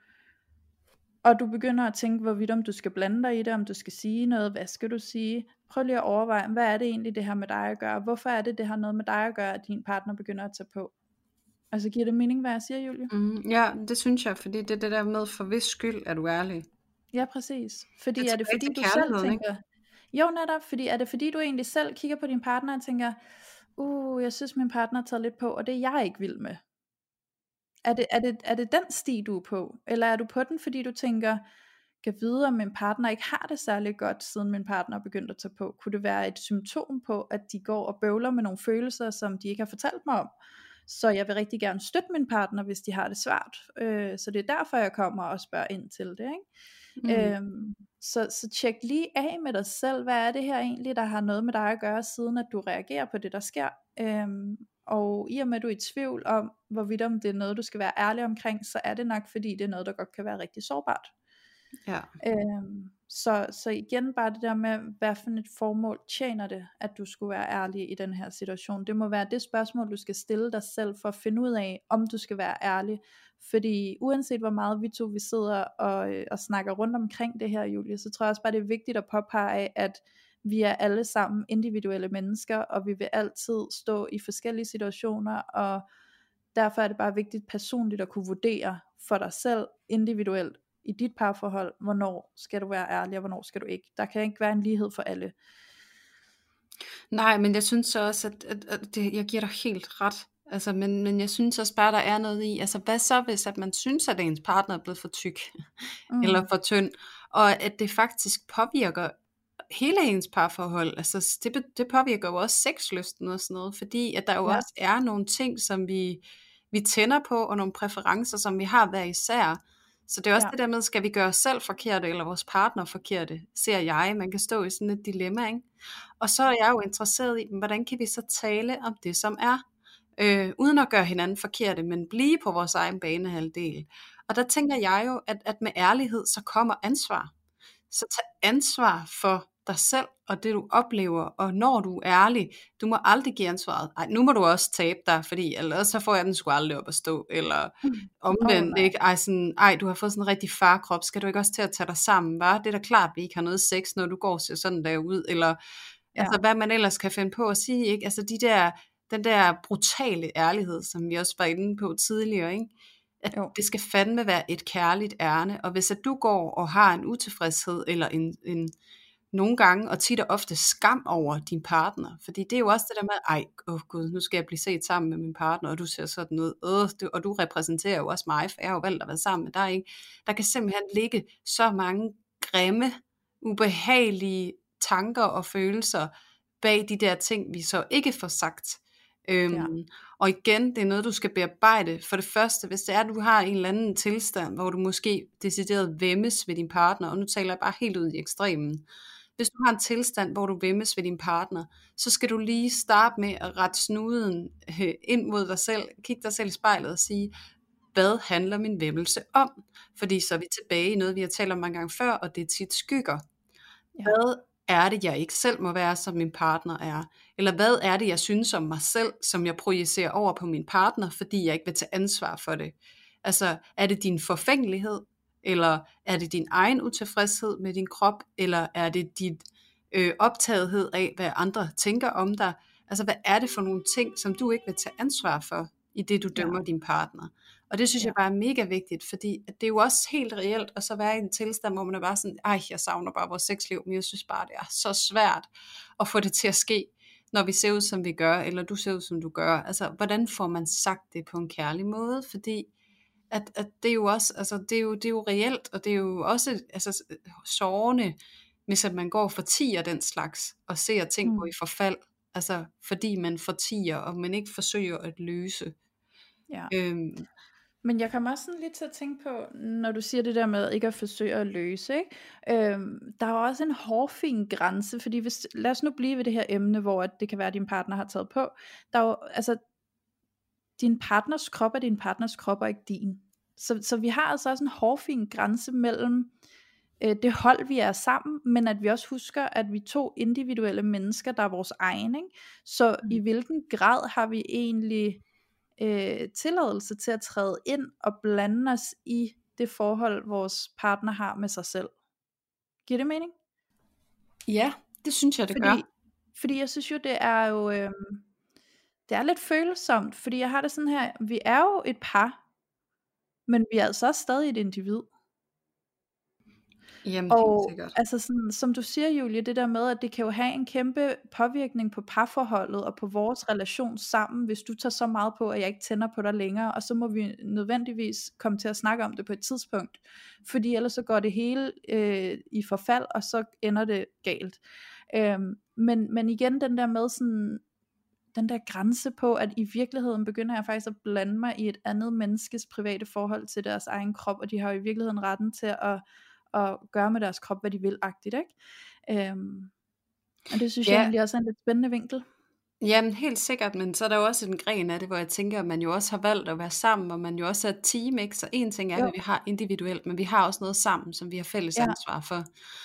og du begynder at tænke, hvorvidt om du skal blande dig i det, om du skal sige noget, hvad skal du sige? Prøv lige at overveje, hvad er det egentlig, det her med dig at gøre? Hvorfor er det, det har noget med dig at gøre, at din partner begynder at tage på? Altså giver det mening, hvad jeg siger, Julie? Mm, ja, det synes jeg, fordi det er det der med, for hvis skyld er du ærlig. Ja, præcis. Fordi det er, er det fordi, du selv tænker... Ikke? Jo, netop, fordi er det fordi, du egentlig selv kigger på din partner og tænker, uh, jeg synes, min partner har taget lidt på, og det er jeg ikke vild med. Er det, er, det, er det den sti du er på? Eller er du på den fordi du tænker, kan vide om min partner ikke har det særlig godt, siden min partner er begyndt at tage på? Kunne det være et symptom på, at de går og bøvler med nogle følelser, som de ikke har fortalt mig om, Så jeg vil rigtig gerne støtte min partner, hvis de har det svært. Øh, så det er derfor, jeg kommer og spørger ind til det, ikke? Mm. Øhm, så, så tjek lige af med dig selv, hvad er det her egentlig, der har noget med dig at gøre, siden at du reagerer på det, der sker. Øhm, og i og med, at du er i tvivl om, hvorvidt om det er noget, du skal være ærlig omkring, så er det nok, fordi det er noget, der godt kan være rigtig sårbart. Ja. Øhm, så, så igen bare det der med, hvad for et formål tjener det, at du skulle være ærlig i den her situation. Det må være det spørgsmål, du skal stille dig selv, for at finde ud af, om du skal være ærlig. Fordi uanset hvor meget vi to vi sidder og, øh, og snakker rundt omkring det her, Julie, så tror jeg også bare, det er vigtigt at påpege, at vi er alle sammen individuelle mennesker, og vi vil altid stå i forskellige situationer, og derfor er det bare vigtigt personligt at kunne vurdere for dig selv individuelt i dit parforhold, hvornår skal du være ærlig, og hvornår skal du ikke. Der kan ikke være en lighed for alle. Nej, men jeg synes også, at, at, at det, jeg giver dig helt ret. Altså, men, men jeg synes også bare, der er noget i, altså hvad så hvis, at man synes, at ens partner er blevet for tyk, mm. eller for tynd, og at det faktisk påvirker hele ens parforhold, altså det, det påvirker jo også sexlysten og sådan noget, fordi at der jo ja. også er nogle ting, som vi, vi tænder på, og nogle præferencer, som vi har hver især. Så det er også ja. det der med, skal vi gøre os selv forkerte, eller vores partner forkerte, ser jeg. Man kan stå i sådan et dilemma, ikke? Og så er jeg jo interesseret i, hvordan kan vi så tale om det, som er, øh, uden at gøre hinanden forkerte, men blive på vores egen banehalvdel. Og der tænker jeg jo, at, at med ærlighed, så kommer ansvar. Så tag ansvar for dig selv, og det du oplever, og når du er ærlig, du må aldrig give ansvaret. Ej, nu må du også tabe dig, fordi ellers så får jeg den sgu aldrig op at stå, eller omvendt, oh, ikke? Ej, sådan, ej, du har fået sådan en rigtig farkrop, skal du ikke også til at tage dig sammen, hva? Det er da klart, vi ikke har noget sex, når du går og ser sådan der ud, eller ja. altså, hvad man ellers kan finde på at sige, ikke? Altså, de der, den der brutale ærlighed, som vi også var inde på tidligere, ikke? At jo. Det skal fandme være et kærligt ærne, og hvis at du går og har en utilfredshed, eller en, en nogle gange, og tit og ofte skam over din partner, fordi det er jo også det der med, ej, åh oh gud, nu skal jeg blive set sammen med min partner, og du ser sådan ud, øh, du, og du repræsenterer jo også mig, for jeg har jo valgt at være sammen med dig, ikke? Der kan simpelthen ligge så mange grimme, ubehagelige tanker og følelser bag de der ting, vi så ikke får sagt. Øhm, ja. Og igen, det er noget, du skal bearbejde. For det første, hvis det er, at du har en eller anden tilstand, hvor du måske decideret væmmes ved din partner, og nu taler jeg bare helt ud i ekstremen. Hvis du har en tilstand, hvor du væmmes ved din partner, så skal du lige starte med at rette snuden øh, ind mod dig selv, kigge dig selv i spejlet og sige, hvad handler min væmmelse om? Fordi så er vi tilbage i noget, vi har talt om mange gange før, og det er tit skygger. Ja. Hvad er det, jeg ikke selv må være, som min partner er? Eller hvad er det, jeg synes om mig selv, som jeg projicerer over på min partner, fordi jeg ikke vil tage ansvar for det? Altså, er det din forfængelighed? Eller er det din egen utilfredshed med din krop? Eller er det dit øh, optagethed af, hvad andre tænker om dig? Altså, hvad er det for nogle ting, som du ikke vil tage ansvar for, i det du dømmer ja. din partner? Og det synes ja. jeg bare er mega vigtigt, fordi det er jo også helt reelt at så være i en tilstand, hvor man er bare sådan, ej, jeg savner bare vores sexliv, men jeg synes bare, det er så svært at få det til at ske, når vi ser ud, som vi gør, eller du ser ud, som du gør. Altså, hvordan får man sagt det på en kærlig måde? Fordi at, at det er jo også, altså, det er jo, det er jo reelt, og det er jo også altså, sårende, hvis at man går og fortier den slags, og ser ting mm. gå i forfald, altså fordi man fortier, og man ikke forsøger at løse. Ja. Øhm, Men jeg kommer også sådan lidt til at tænke på, når du siger det der med ikke at forsøge at løse, ikke? Øhm, der er jo også en hårfin grænse, fordi hvis, lad os nu blive ved det her emne, hvor at det kan være, at din partner har taget på. Der er jo, altså, din partners krop er din partners krop, og ikke din. Så, så vi har altså også en hårfin grænse mellem øh, det hold, vi er sammen, men at vi også husker, at vi er to individuelle mennesker, der er vores egen, ikke? Så mm. i hvilken grad har vi egentlig Øh, tilladelse til at træde ind og blande os i det forhold, vores partner har med sig selv. Giver det mening? Ja, det synes jeg, det fordi, gør. Fordi jeg synes jo, det er jo øh, det er lidt følsomt, fordi jeg har det sådan her, vi er jo et par, men vi er altså også stadig et individ. Jamen, og det er altså sådan, som du siger, Julie, det der med, at det kan jo have en kæmpe påvirkning på parforholdet og på vores relation sammen, hvis du tager så meget på, at jeg ikke tænder på dig længere, og så må vi nødvendigvis komme til at snakke om det på et tidspunkt, fordi ellers så går det hele øh, i forfald, og så ender det galt. øhm, men, men igen den der med sådan, den der grænse på, at i virkeligheden begynder jeg faktisk at blande mig i et andet menneskes private forhold til deres egen krop, og de har jo i virkeligheden retten til at, at gøre med deres krop, hvad de vil, agtigt, ikke? Øhm, og det synes jeg Ja, egentlig også er en lidt spændende vinkel. jamen helt sikkert, men så er der jo også en gren af det, hvor jeg tænker, at man jo også har valgt at være sammen, og man jo også er et team, ikke? Så en ting er, hvad Jo, vi har individuelt, men vi har også noget sammen, som vi har fælles ja, ansvar for.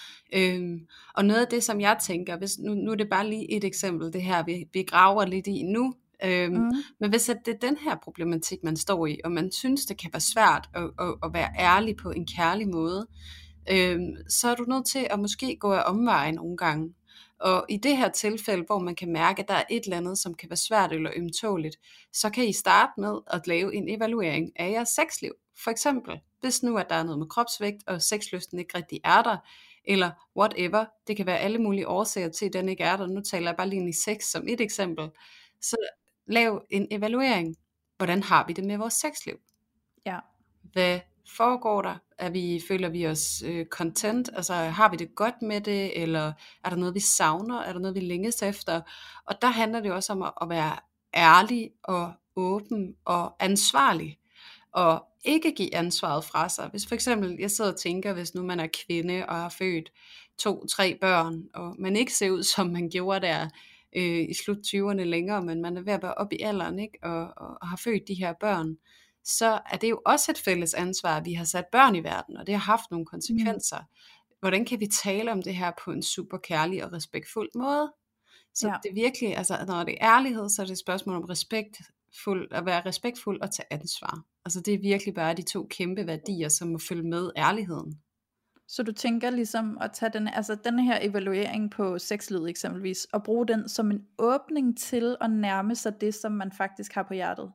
Øhm, og noget af det, som jeg tænker, hvis, nu, nu er det bare lige et eksempel, det her, vi, vi graver lidt i nu, øhm, mm, men hvis at det er den her problematik, man står i, og man synes, det kan være svært at, at, at være ærlig på en kærlig måde, øhm, så er du nødt til at måske gå af omveje nogle gange. Og i det her tilfælde, hvor man kan mærke, at der er et eller andet, som kan være svært eller ømtåligt, så kan I starte med at lave en evaluering af jeres sexliv. For eksempel, hvis nu at der er noget med kropsvægt, og sexlysten ikke rigtig er der, eller whatever, det kan være alle mulige årsager til, at den ikke er der. Nu taler jeg bare lige ind i sex som et eksempel. Så lav en evaluering. Hvordan har vi det med vores sexliv? ja, Hvad foregår der? Er vi, føler vi os øh, content? Altså har vi det godt med det? Eller er der noget vi savner? Er der noget vi længes efter? Og der handler det også om at, at være ærlig og åben og ansvarlig. Og ikke give ansvaret fra sig. Hvis for eksempel, jeg sidder og tænker, hvis nu man er kvinde og har født to, tre børn, og man ikke ser ud som man gjorde der øh, i slut tyverne længere, men man er ved at være oppe i alderen, ikke? Og, og, og har født de her børn, så er det jo også et fælles ansvar, at vi har sat børn i verden, og det har haft nogle mm, konsekvenser. Hvordan kan vi tale om det her på en super kærlig og respektfuld måde? Så ja. det er virkelig, altså når det er ærlighed, så er det et spørgsmål om respektfuld, at være respektfuld og tage ansvar. Altså det er virkelig bare de to kæmpe værdier, som må følge med ærligheden. Så du tænker ligesom at tage den, altså den her evaluering på sexlivet eksempelvis, og bruge den som en åbning til at nærme sig det, som man faktisk har på hjertet?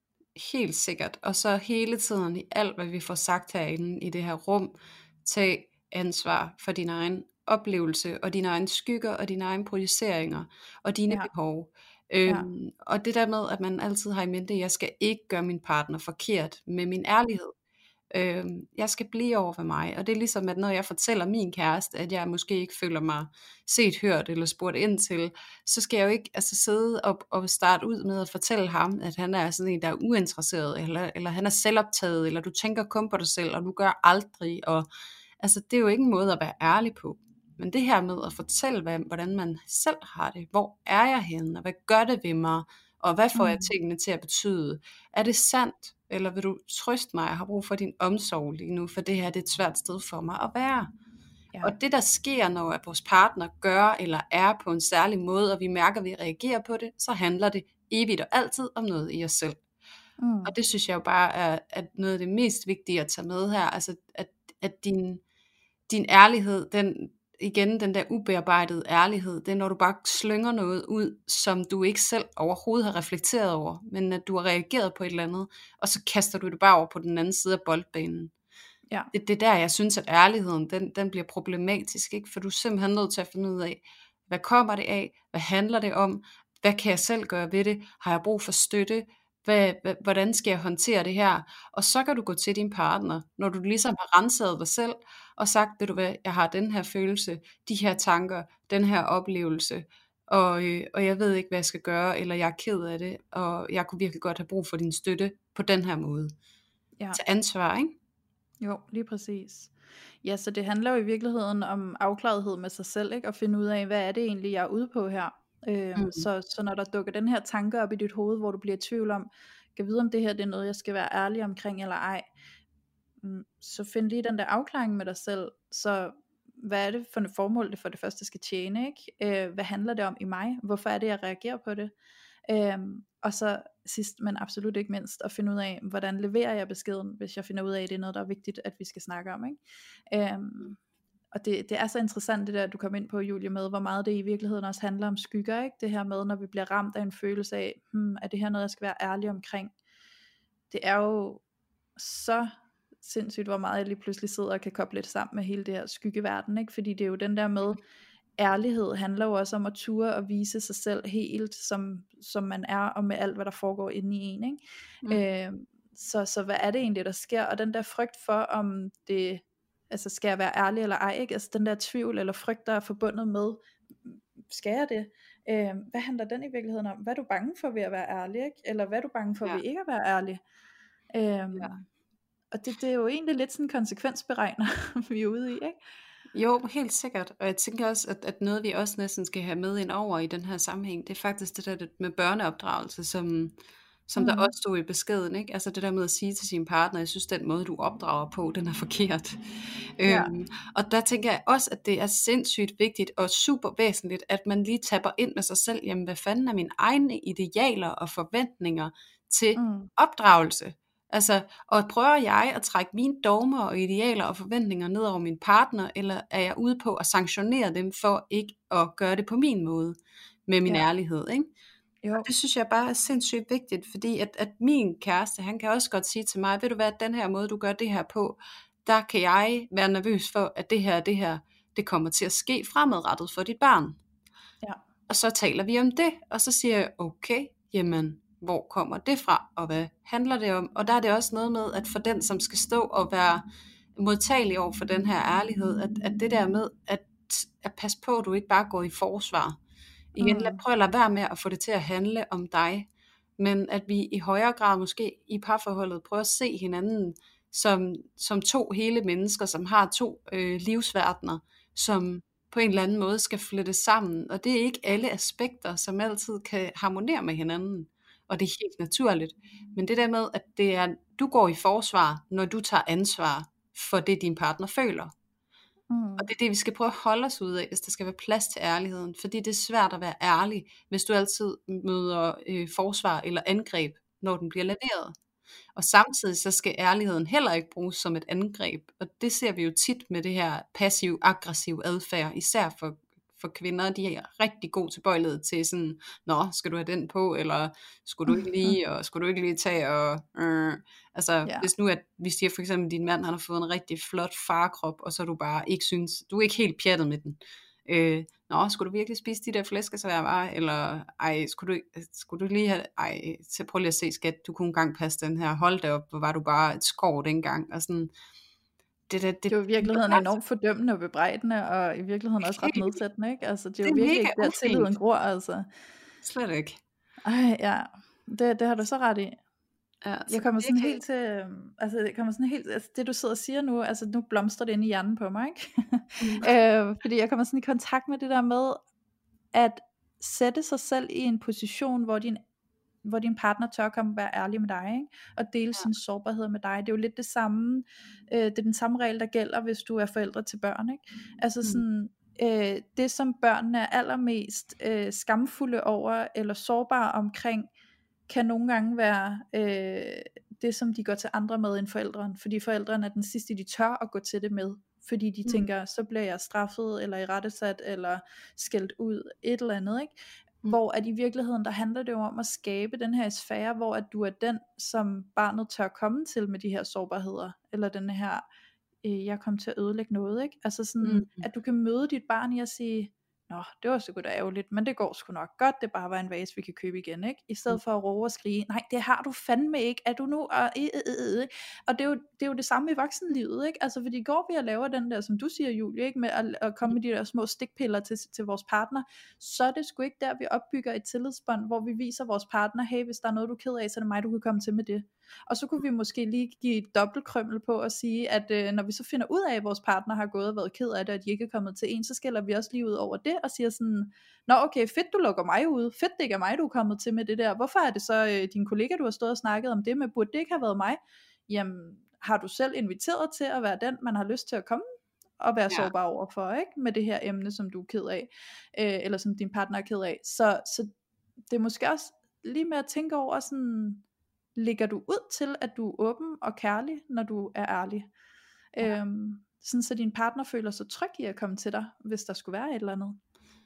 Helt sikkert. Og så hele tiden i alt, hvad vi får sagt herinde i det her rum, tag ansvar for din egen oplevelse, og dine egne skygger, og dine egne projiceringer, og dine Ja, behov. ja, Øhm, og det der med, at man altid har i mente, at jeg skal ikke gøre min partner forkert med min ærlighed. Øhm, jeg skal blive over ved mig, og det er ligesom, at når jeg fortæller min kæreste, at jeg måske ikke føler mig set, hørt eller spurgt ind til, så skal jeg jo ikke altså sidde op og starte ud med at fortælle ham, at han er sådan en, der er uinteresseret, eller, eller han er selvoptaget, eller du tænker kun på dig selv, og du gør aldrig, og altså det er jo ikke en måde at være ærlig på. Men det her med at fortælle, hvad, hvordan man selv har det, hvor er jeg henne, og hvad gør det ved mig, og hvad får jeg mm, tingene til at betyde? Er det sandt, eller vil du trøste mig, jeg har brug for din omsorg lige nu, for det her det er et svært sted for mig at være. ja, Og det der sker, når at vores partner gør eller er på en særlig måde, og vi mærker, at vi reagerer på det, så handler det evigt og altid om noget i os selv. mm, Og det synes jeg jo bare er, er noget af det mest vigtige at tage med her, altså at, at din, din ærlighed, den, igen den der ubearbejdede ærlighed, det er når du bare slynger noget ud, som du ikke selv overhovedet har reflekteret over, men at du har reageret på et eller andet, og så kaster du det bare over på den anden side af boldbanen. ja, Det, det er der, jeg synes, at ærligheden, den, den bliver problematisk, ikke? For du er simpelthen nødt til at finde ud af, hvad kommer det af? Hvad handler det om? Hvad kan jeg selv gøre ved det? Har jeg brug for støtte? Hvad, hvad, hvordan skal jeg håndtere det her? Og så kan du gå til din partner, når du ligesom har renset dig selv, og sagt, ved du hvad, jeg har den her følelse, de her tanker, den her oplevelse, og, øh, og jeg ved ikke, hvad jeg skal gøre, eller jeg er ked af det, og jeg kunne virkelig godt have brug for din støtte på den her måde. ja. Til ansvar, ikke? Jo, lige præcis. Ja, så det handler jo i virkeligheden om afklarethed med sig selv, ikke? Og finde ud af, hvad er det egentlig, jeg er ude på her. Øhm, Mm. så, så når der dukker den her tanke op i dit hoved, hvor du bliver i tvivl om, kan vide om det her det er noget, jeg skal være ærlig omkring eller ej, mm, så find lige den der afklaring med dig selv. Så hvad er det for et formål, det for det første skal tjene, ikke? Øh, hvad handler det om i mig? Hvorfor er det, jeg reagerer på det? Øhm, og så sidst, men absolut ikke mindst, at finde ud af, hvordan leverer jeg beskeden, hvis jeg finder ud af, at det er noget, der er vigtigt, at vi skal snakke om, ikke? Øhm, og det, det er så interessant det der, du kom ind på, Julie, med, hvor meget det i virkeligheden også handler om skygger, ikke? Det her med, når vi bliver ramt af en følelse af, hmm, er det her noget, jeg skal være ærlig omkring? Det er jo så sindssygt, hvor meget jeg lige pludselig sidder og kan koble det sammen med hele det her skyggeverden, ikke? Fordi det er jo den der med, ærlighed handler jo også om at ture og vise sig selv helt, som, som man er, og med alt, hvad der foregår inde i en, ikke? Mm. Øh, så, så hvad er det egentlig, der sker? Og den der frygt for, om det, altså skal jeg være ærlig eller ej, ikke? Altså den der tvivl eller frygt, der er forbundet med, skal jeg det? Øh, hvad handler den i virkeligheden om? Hvad er du bange for ved at være ærlig, ikke? Eller hvad er du bange for Ja. ved ikke at være ærlig? Øh, Ja. og det, det er jo egentlig lidt sådan en konsekvensberegner, vi er ude i, ikke? Jo, helt sikkert. Og jeg tænker også, at, at noget vi også næsten skal have med ind over i den her sammenhæng, det er faktisk det der med børneopdragelse, som, som mm. der også stod i beskeden, ikke? Altså det der med at sige til sin partner, jeg synes den måde du opdrager på, den er forkert. Ja. Øhm, og der tænker jeg også, at det er sindssygt vigtigt og super væsentligt, at man lige tapper ind med sig selv, jamen hvad fanden er mine egne idealer og forventninger til Mm. opdragelse? Altså, og prøver jeg at trække mine dogmer og idealer og forventninger ned over min partner, eller er jeg ude på at sanktionere dem for ikke at gøre det på min måde, med min Ja. ærlighed, ikke? Jo. Og det synes jeg bare er sindssygt vigtigt, fordi at, at min kæreste, han kan også godt sige til mig, ved du hvad, den her måde du gør det her på, der kan jeg være nervøs for, at det her, det her, det kommer til at ske fremadrettet for dit barn. Ja. Og så taler vi om det, og så siger jeg, okay, jamen, hvor kommer det fra, og hvad handler det om? Og der er det også noget med, at for den, som skal stå og være modtagelig over for den her ærlighed, at, at det der med, at, at passe på, at du ikke bare går i forsvar. Igen, lad, prøv at lade være med at få det til at handle om dig, men at vi i højere grad måske i parforholdet prøver at se hinanden som, som to hele mennesker, som har to øh, livsverdener, som på en eller anden måde skal flettes sammen, og det er ikke alle aspekter, som altid kan harmonere med hinanden, og det er helt naturligt, men det der med, at det er, du går i forsvar, når du tager ansvar for det, din partner føler. Mm. Og det er det, vi skal prøve at holde os ud af, hvis der skal være plads til ærligheden, fordi det er svært at være ærlig, hvis du altid møder øh, forsvar eller angreb, når den bliver leveret. Og samtidig så skal ærligheden heller ikke bruges som et angreb, og det ser vi jo tit med det her passiv-aggressiv adfærd, især for, for kvinder. De er rigtig god tilbøjelighed til sådan, nå, skal du have den på, eller skulle du ikke lige, og skulle du ikke lige tage, og øh, altså, ja. Hvis nu at vi siger for eksempel, at din mand han har fået en rigtig flot farkrop, og så du bare ikke synes, du er ikke helt pjattet med den. Øh, Nå, skulle du virkelig spise de der flæskesvær, var? Eller, ej, skulle du, skulle du lige have, ej, så prøv lige at se, skat, du kunne engang passe den her, hold da op, hvor var du bare et skår dengang, og sådan, det, det, det, det er jo i virkeligheden det, enormt fordømmende og bebrejdende, og i virkeligheden også ret nedsættende, ikke? Altså, det er jo det er virkelig ikke der tilliden gror, altså. Slet ikke. Ej, ja, det, det har du så ret i. Ja, jeg kommer sådan helt til, altså det kommer sådan helt, altså det du sidder og siger nu, altså nu blomstrer det inde i hjernen på mig, ikke? Mm. øh, fordi jeg kommer sådan i kontakt med det der med, at sætte sig selv i en position, hvor din, hvor din partner tør komme og være ærlig med dig, ikke? Og dele ja. sin sårbarhed med dig. Det er jo lidt det samme, øh, det er den samme regel, der gælder, hvis du er forældre til børn, ikke? Altså sådan, øh, det som børnene er allermest øh, skamfulde over, eller sårbare omkring, kan nogle gange være øh, det, som de går til andre med end forældrene, fordi forældrene er den sidste, de tør at gå til det med, fordi de mm. tænker, så bliver jeg straffet, eller irettesat, eller skældt ud, et eller andet, ikke? Mm. Hvor at i virkeligheden, der handler det jo om at skabe den her sfære, hvor at du er den, som barnet tør komme til med de her sårbarheder, eller den her, øh, jeg kom til at ødelægge noget, ikke? Altså sådan, mm. at du kan møde dit barn i at sige, nå, det var sgu da ærgerligt, men det går sgu nok godt, det bare var en vase, vi kan købe igen, ikke? I stedet for at råbe og skrige, nej, det har du fandme ikke, er du nu, og, øh, øh, øh. og det, er jo, det er jo det samme i voksenlivet, ikke? Altså, fordi går vi og laver den der, som du siger, Julie, ikke? Med at, at komme med de der små stikpiller til, til vores partner, så er det sgu ikke der, vi opbygger et tillidsbånd, hvor vi viser vores partner, hey, hvis der er noget, du er ked af, så er det mig, du kan komme til med det. Og så kunne vi måske lige give et dobbeltkrømmel på og sige, at øh, når vi så finder ud af, at vores partner har gået og været ked af det, at de ikke er kommet til en, så skælder vi også lige ud over det og siger sådan, nå okay, fedt du lukker mig ud, fedt det ikke er mig, du er kommet til med det der, hvorfor er det så øh, din kollega, du har stået og snakket om det med, burde det ikke have været mig? Jamen, har du selv inviteret til at være den, man har lyst til at komme og være ja. sårbar overfor, ikke? Med det her emne, som du er ked af, øh, eller som din partner er ked af. Så, så det er måske også lige med at tænke over sådan, ligger du ud til, at du er åben og kærlig, når du er ærlig? Ja. Øhm, sådan så din partner føler sig tryg i at komme til dig, hvis der skulle være et eller andet.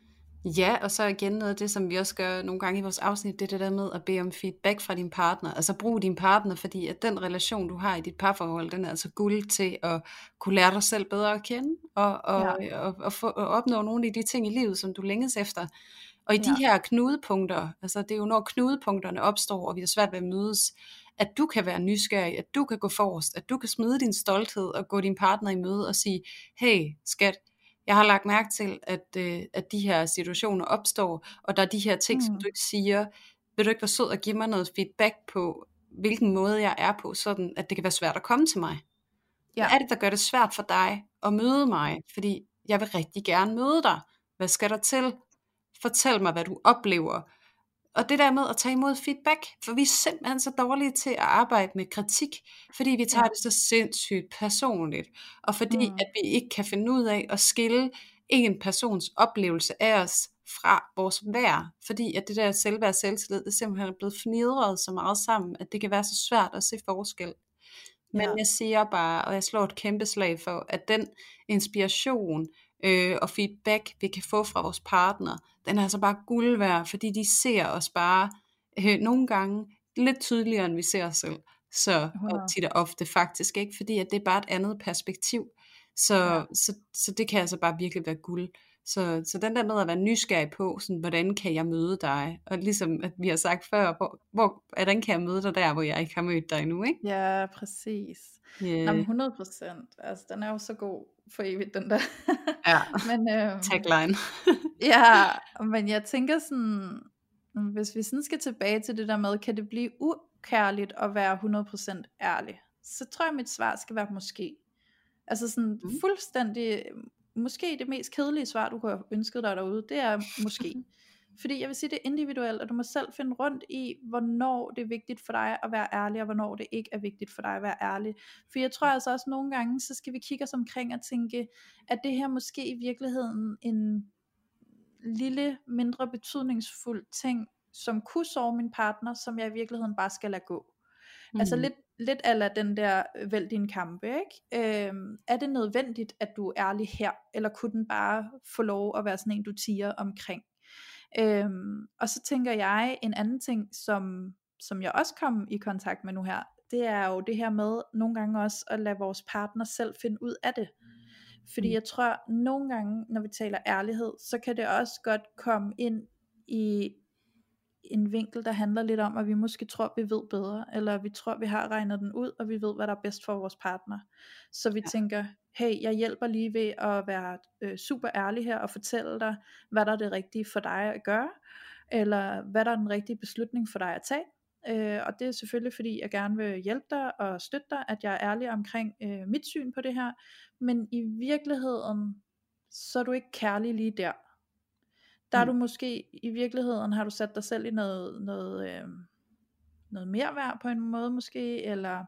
Ja, og så igen noget af det, som vi også gør nogle gange i vores afsnit, det er det der med at bede om feedback fra din partner. Altså brug din partner, fordi at den relation, du har i dit parforhold, den er altså guld til at kunne lære dig selv bedre at kende, og, og, ja. og, og, få, og opnå nogle af de ting i livet, som du længes efter. Og i de ja. her knudepunkter, altså det er jo når knudepunkterne opstår, og vi har svært ved at mødes, at du kan være nysgerrig, at du kan gå forrest, at du kan smide din stolthed og gå din partner i møde og sige, hey skat, Jeg har lagt mærke til, at, øh, at de her situationer opstår, og der er de her ting, som Mm. du ikke siger. Vil du ikke være sød at give mig noget feedback på, hvilken måde jeg er på, sådan at det kan være svært at komme til mig? Hvad Ja. er det, der gør det svært for dig at møde mig? Fordi jeg vil rigtig gerne møde dig. Hvad skal der til? Fortæl mig, hvad du oplever. Og det der med at tage imod feedback, for vi er simpelthen så dårlige til at arbejde med kritik, fordi vi tager Ja. det så sindssygt personligt, og fordi Mm. at vi ikke kan finde ud af at skille en persons oplevelse af os fra vores værd, fordi at det der selvværd og selvtillid, det simpelthen er blevet fnidret så meget sammen, at det kan være så svært at se forskel. Men Ja. jeg siger bare, og jeg slår et kæmpe slag for, at den inspiration øh, og feedback, vi kan få fra vores partner, den er altså bare guld værd, fordi de ser os bare øh, nogle gange lidt tydeligere, end vi ser os selv. Så og hundrede. tit og ofte faktisk ikke, fordi at det er bare et andet perspektiv. Så, Ja. så, så det kan altså bare virkelig være guld. Så, så den der med at være nysgerrig på, sådan, hvordan kan jeg møde dig? Og ligesom at vi har sagt før, hvor, hvor, hvordan kan jeg møde dig der, hvor jeg ikke har mødt dig endnu, ikke? Ja, præcis. Nå, men Yeah. hundrede procent. Altså, den er jo så god for evigt, den der. Ja, Men øhm, tagline. ja, men jeg tænker sådan, hvis vi sådan skal tilbage til det der med, kan det blive ukærligt at være hundrede procent ærlig? Så tror jeg, mit svar skal være måske. Altså sådan Mm. fuldstændig, måske det mest kedelige svar, du kunne have ønsket dig derude, det er måske. Fordi jeg vil sige, det er individuelt, og du må selv finde rundt i, hvornår det er vigtigt for dig at være ærlig, og hvornår det ikke er vigtigt for dig at være ærlig. For jeg tror altså også nogle gange, så skal vi kigge os omkring og tænke, at det her måske i virkeligheden en lille, mindre betydningsfuld ting, som kunne sove min partner, som jeg i virkeligheden bare skal lade gå. Mm. Altså lidt, lidt a la den der vælg din kampe, ikke? Øhm, er det nødvendigt, at du er ærlig her, eller kunne den bare få lov at være sådan en, du tiger omkring? Øhm, og så tænker jeg, en anden ting, som, som jeg også kom i kontakt med nu her, det er jo det her med, nogle gange også at lade vores partner selv finde ud af det. Fordi Mm. jeg tror, nogle gange, når vi taler ærlighed, så kan det også godt komme ind i en vinkel, der handler lidt om, at vi måske tror, vi ved bedre, eller vi tror, vi har regnet den ud, og vi ved, hvad der er bedst for vores partner. Så vi Ja. tænker, hey, jeg hjælper lige ved at være øh, super ærlig her, og fortælle dig, hvad der er det rigtige for dig at gøre, eller hvad der er den rigtige beslutning for dig at tage. Øh, og det er selvfølgelig, fordi jeg gerne vil hjælpe dig og støtte dig, at jeg er ærlig omkring øh, mit syn på det her, men i virkeligheden, så er du ikke kærlig lige der. Der er Mm. du måske, i virkeligheden har du sat dig selv i noget, noget, øh, noget mere værd på en måde måske, eller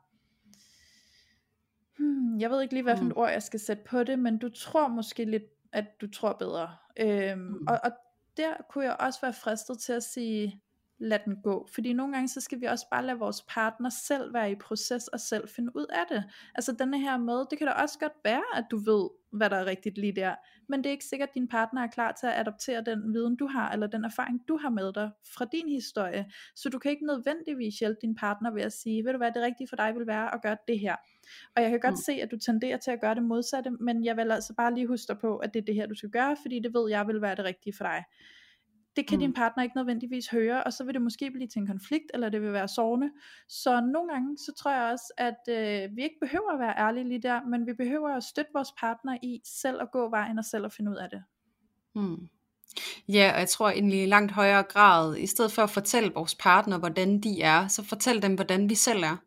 hmm, jeg ved ikke lige, hvad for et Mm. ord jeg skal sætte på det, men du tror måske lidt, at du tror bedre. Øhm, Mm. og, og der kunne jeg også være fristet til at sige, lad den gå. Fordi nogle gange, så skal vi også bare lade vores partner selv være i proces, og selv finde ud af det. Altså denne her med, det kan da også godt være, at du ved, hvad der er rigtigt lige der. Men det er ikke sikkert, at din partner er klar til at adoptere den viden, du har, eller den erfaring, du har med dig fra din historie. Så du kan ikke nødvendigvis hjælpe din partner ved at sige, ved du hvad, det rigtige for dig vil være at gøre det her. Og jeg kan godt Mm. se, at du tenderer til at gøre det modsatte, men jeg vil altså bare lige huske dig på, at det er det her, du skal gøre, fordi det ved jeg vil være det rigtige for dig. Det kan Mm. din partner ikke nødvendigvis høre, og så vil det måske blive til en konflikt, eller det vil være sårende. Så nogle gange, så tror jeg også, at øh, vi ikke behøver at være ærlige lige der, men vi behøver at støtte vores partner i selv at gå vejen, og selv at finde ud af det. Mm. Ja, og jeg tror egentlig i langt højere grad, i stedet for at fortælle vores partner, hvordan de er, så fortæl dem, hvordan vi selv er.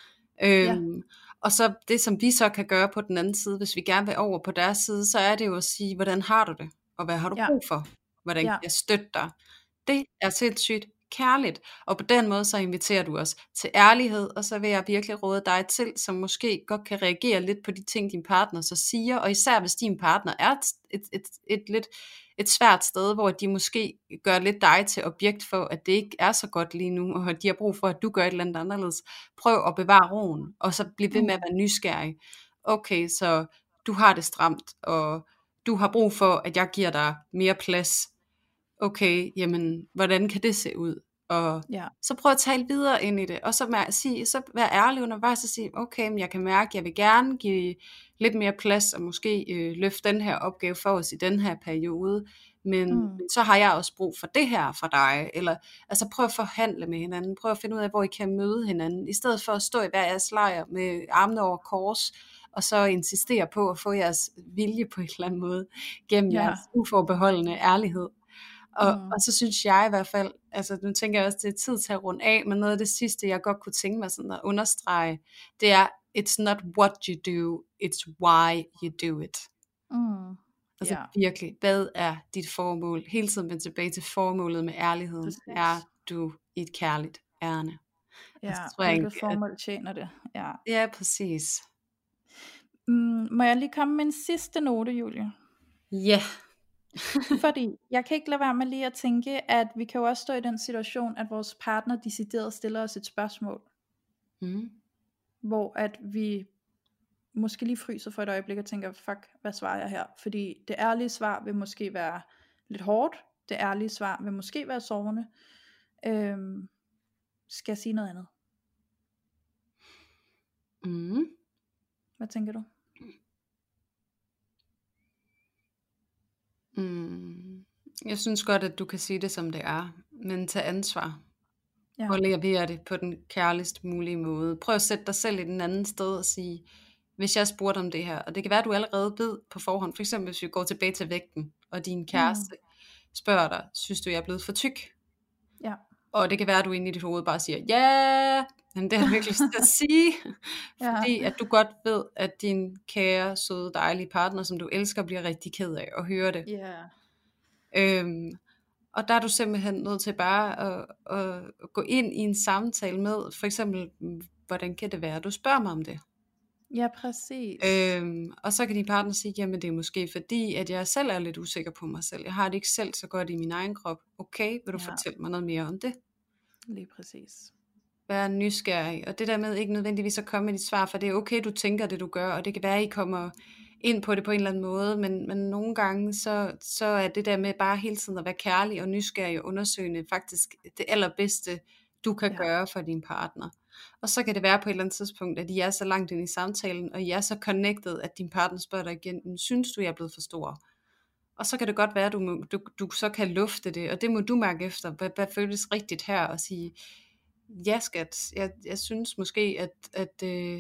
Ja, Øhm, og så det, som vi så kan gøre på den anden side, hvis vi gerne vil over på deres side, så er det jo at sige, hvordan har du det? Og hvad har du ja, brug for? Hvordan ja, kan jeg støtte dig? Det er sindssygt kærligt. Og på den måde, så inviterer du os til ærlighed, og så vil jeg virkelig råde dig til, som måske godt kan reagere lidt på de ting, din partner så siger, og især hvis din partner er et, et, et, et lidt et svært sted, hvor de måske gør lidt dig til objekt for, at det ikke er så godt lige nu, og de har brug for, at du gør et eller andet anderledes. Prøv at bevare roen, og så bliv ved med at mm, være nysgerrig. Okay, så du har det stramt, og du har brug for, at jeg giver dig mere plads. Okay, jamen, hvordan kan det se ud? Og ja, så prøv at tale videre ind i det, og så, med at sige, så vær ærlig undervejs og sige, okay, men jeg kan mærke, at jeg vil gerne give lidt mere plads, og måske øh, løfte den her opgave for os i den her periode, men, mm, men så har jeg også brug for det her fra dig, eller altså prøv at forhandle med hinanden, prøv at finde ud af, hvor I kan møde hinanden, i stedet for at stå i hver jeres lejr med armene over kors, og så insistere på at få jeres vilje på en eller anden måde, gennem Ja. jeres uforbeholdende ærlighed. Og, Mm. og så synes jeg i hvert fald, altså nu tænker jeg også, det er tid til at runde af, men noget af det sidste, jeg godt kunne tænke mig sådan at understrege, det er, it's not what you do, it's why you do it. Mm. Altså Ja, virkelig, hvad er dit formål? Hele tiden vende tilbage til formålet med ærligheden. præcis. Er du i et kærligt ærne? Og så Ja, tror jeg hvilket egentlig, at, formål tjener det? Ja. ja, præcis. Mm, må jeg lige komme med en sidste note, Julie? Ja, Fordi jeg kan ikke lade være med lige at tænke, at vi kan jo også stå i den situation, at vores partner decideret stiller os et spørgsmål, mm. hvor at vi måske lige fryser for et øjeblik og tænker, fuck, hvad svarer jeg her? Fordi det ærlige svar vil måske være lidt hårdt, det ærlige svar vil måske være sårende. Øhm, skal jeg sige noget andet? Mm. Hvad tænker du? Mm. Jeg synes godt, at du kan sige det, som det er, men tag ansvar. Ja. Og levere det på den kærligst mulige måde. Prøv at sætte dig selv i den anden sted og sige, hvis jeg spurgte om det her, og det kan være, at du allerede ved på forhånd, for eksempel hvis vi går tilbage til vægten, og din kæreste mm. spørger dig, synes du, jeg er blevet for tyk? Ja. Og det kan være, at du inde i dit hoved bare siger, ja, yeah! Men det har du virkelig lyst til at sige, fordi at du godt ved, at din kære, søde, dejlige partner, som du elsker, bliver rigtig ked af at høre det. Ja. Øhm, og der er du simpelthen nødt til bare at, at, at gå ind i en samtale med, for eksempel, hvordan kan det være, at du spørger mig om det? Ja, præcis. Øhm, og så kan din partner sige, jamen det er måske fordi, at jeg selv er lidt usikker på mig selv. Jeg har det ikke selv så godt i min egen krop. Okay, vil du Ja. fortælle mig noget mere om det? Lige præcis. Vær nysgerrig. Og det der med ikke nødvendigvis at komme med dit svar, for det er okay, du tænker det, du gør, og det kan være, at I kommer ind på det på en eller anden måde, men, men nogle gange, så, så er det der med bare hele tiden at være kærlig og nysgerrig og undersøgende faktisk det allerbedste, du kan Ja. gøre for din partner. Og så kan det være på et eller andet tidspunkt, at I er så langt ind i samtalen, og I er så connected, at din partner spørger dig igen, synes du, jeg er blevet for stor? Og så kan det godt være, at du, må, du, du så kan lufte det, og det må du mærke efter, hvad, hvad føles rigtigt her, og sige, ja skat, jeg, jeg synes måske, at, at, øh,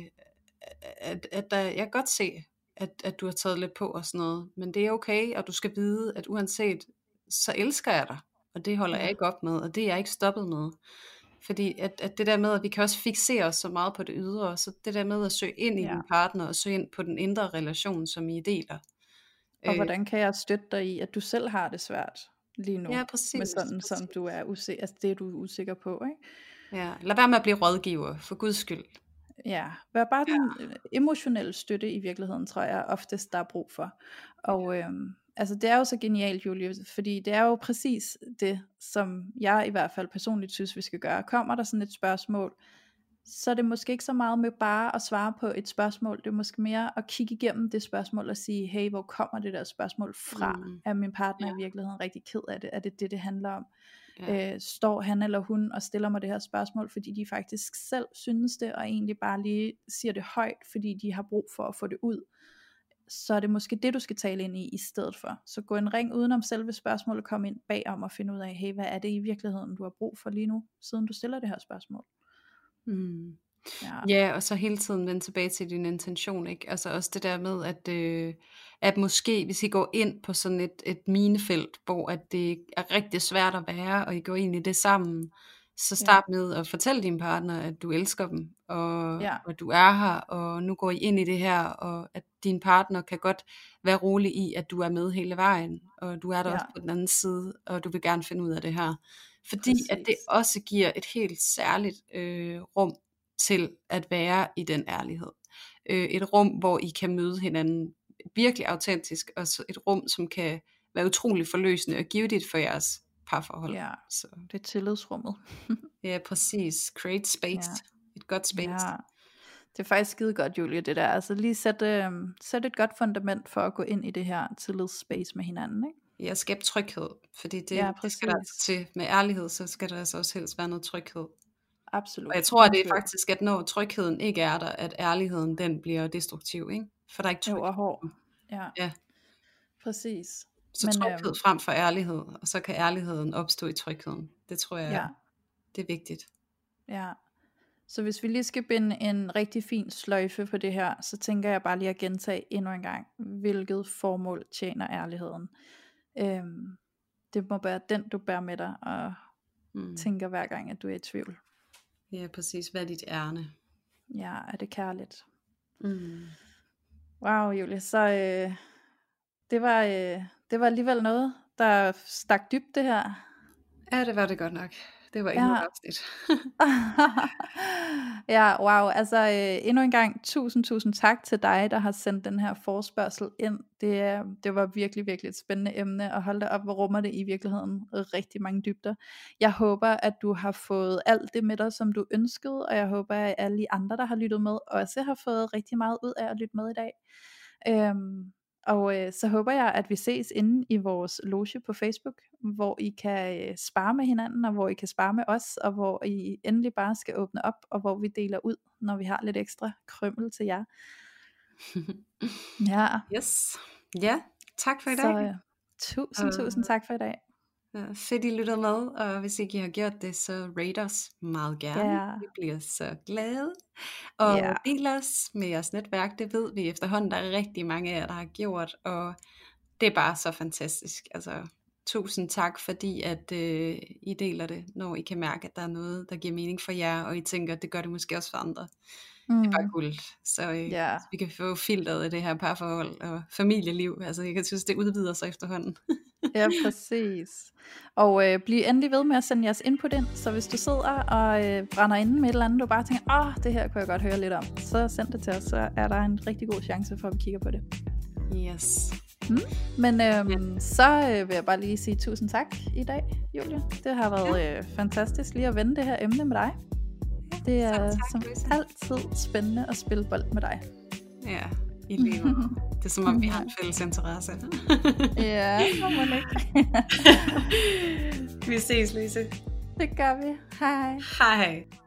at, at der, jeg kan godt se, at, at du har taget lidt på og sådan noget, men det er okay, og du skal vide, at uanset, så elsker jeg dig, og det holder Ja. jeg ikke op med, og det er jeg ikke stoppet med. Fordi at, at det der med, at vi kan også fixere os så meget på det ydre, så det der med at søge ind i Ja. din partner, og søge ind på den indre relation, som I deler. Og Øh, hvordan kan jeg støtte dig i, at du selv har det svært lige nu, ja, præcis. med sådan, som præcis. du er usikker, altså det du er usikker på, ikke? Ja, lad være med at blive rådgiver, for Guds skyld. Ja, vær bare den ja. emotionelle støtte i virkeligheden, tror jeg oftest der er brug for. Og øhm, altså det er jo så genialt, Julie, fordi det er jo præcis det, som jeg i hvert fald personligt synes, vi skal gøre. Kommer der sådan et spørgsmål, så er det måske ikke så meget med bare at svare på et spørgsmål, det er måske mere at kigge igennem det spørgsmål og sige, hey, hvor kommer det der spørgsmål fra? Mm. Er min partner Ja. i virkeligheden rigtig ked af det? Er det det, det handler om? Ja. Øh, står han eller hun og stiller mig det her spørgsmål, fordi de faktisk selv synes det, og egentlig bare lige siger det højt, fordi de har brug for at få det ud, så er det måske det, du skal tale ind i, i stedet for. Så gå en ring udenom selve spørgsmålet, kom ind bagom og finde ud af, hey, hvad er det i virkeligheden, du har brug for lige nu, siden du stiller det her spørgsmål. Mm. Ja. Ja, og så hele tiden vende tilbage til din intention, ikke? Altså også det der med, at, øh, at måske hvis I går ind på sådan et, et minefelt, hvor at det er rigtig svært at være, og I går ind i det sammen, så start ja. med at fortælle din partner, at du elsker dem, og, Ja. og du er her, og nu går I ind i det her, og at din partner kan godt være rolig i, at du er med hele vejen, og du er der Ja. også på den anden side, og du vil gerne finde ud af det her. Fordi Præcis. at det også giver et helt særligt øh, rum til at være i den ærlighed. Øh, et rum, hvor I kan møde hinanden virkelig autentisk, og så et rum, som kan være utrolig forløsende og givetigt for jeres parforhold. Ja, så. det er tillidsrummet. Ja, præcis. Create space. Ja. Et godt space. Ja. Det er faktisk skide godt, Julie, det der. Altså lige sæt, øh, sæt et godt fundament for at gå ind i det her tillidsspace med hinanden, ikke? Ja, skab tryghed, fordi det, Ja, det skal der altså til. Med ærlighed, så skal der altså også helst være noget tryghed. Absolut. Og jeg tror, at det er faktisk, at når trygheden ikke er der, at ærligheden, den bliver destruktiv, ikke? For der er ikke tryghed. Jo, og hård. Ja. Ja. Præcis. Så Men, tryghed øhm, frem for ærlighed, og så kan ærligheden opstå i trygheden. Det tror jeg, ja. det er vigtigt. Ja. Så hvis vi lige skal binde en rigtig fin sløjfe på det her, så tænker jeg bare lige at gentage endnu en gang, hvilket formål tjener ærligheden. Øhm, det må være den, du bærer med dig, og mm. tænker hver gang, at du er i tvivl. Ja, præcis. Hvad er dit ærne? Ja, er det kærligt? Mm. Wow, Julie, så øh, det, var, øh, det var alligevel noget, der stak dybt det her. Ja, det var det godt nok. Det var endnu Ja. et afsnit. Ja, wow. Altså øh, endnu en gang, tusind, tusind tak til dig, der har sendt den her forespørgsel ind. Det, er, det var virkelig, virkelig et spændende emne, og hold da op, hvor rummer det i virkeligheden rigtig mange dybder. Jeg håber, at du har fået alt det med dig, som du ønskede, og jeg håber, at alle de andre, der har lyttet med, også har fået rigtig meget ud af at lytte med i dag. Øhm, Og øh, så håber jeg, at vi ses inde i vores loge på Facebook, hvor I kan øh, spare med hinanden, og hvor I kan spare med os, og hvor I endelig bare skal åbne op, og hvor vi deler ud, når vi har lidt ekstra krømmel til jer. Ja. Yes. Ja, tak for i dag. Så øh, tusind, uh, tusind tak for i dag. Ja, fedt I lytter med, og hvis ikke I har gjort det, så rate os meget gerne. Yeah. Vi bliver så glade. Og Yeah. del os med jeres netværk, det ved vi efterhånden, der er rigtig mange af jer, der har gjort, og det er bare så fantastisk. Altså, tusind tak, fordi at øh, I deler det, når I kan mærke, at der er noget, der giver mening for jer, og I tænker, at det gør det måske også for andre. Mm. Det er bare guld. Så øh, yeah. vi kan få filtret af det her parforhold og familieliv. Altså, jeg kan synes, det udvider sig efterhånden. Ja, præcis. Og øh, bliv endelig ved med at sende jeres input ind. Så hvis du sidder og øh, brænder inde med et eller andet, du bare tænker, åh, det her kunne jeg godt høre lidt om, så send det til os, så er der en rigtig god chance for, at vi kigger på det. Yes. Hmm? Men øhm, ja. så øh, vil jeg bare lige sige tusind tak i dag, Julie. Det har været øh, fantastisk lige at vende det her emne med dig. Det er tak, som Louise. Altid spændende at spille bold med dig. Ja, i lige måde. Det er som om vi har en fælles interesse. Ja, må man ikke. Vi ses, Louise. Det gør vi. Hej. Hej.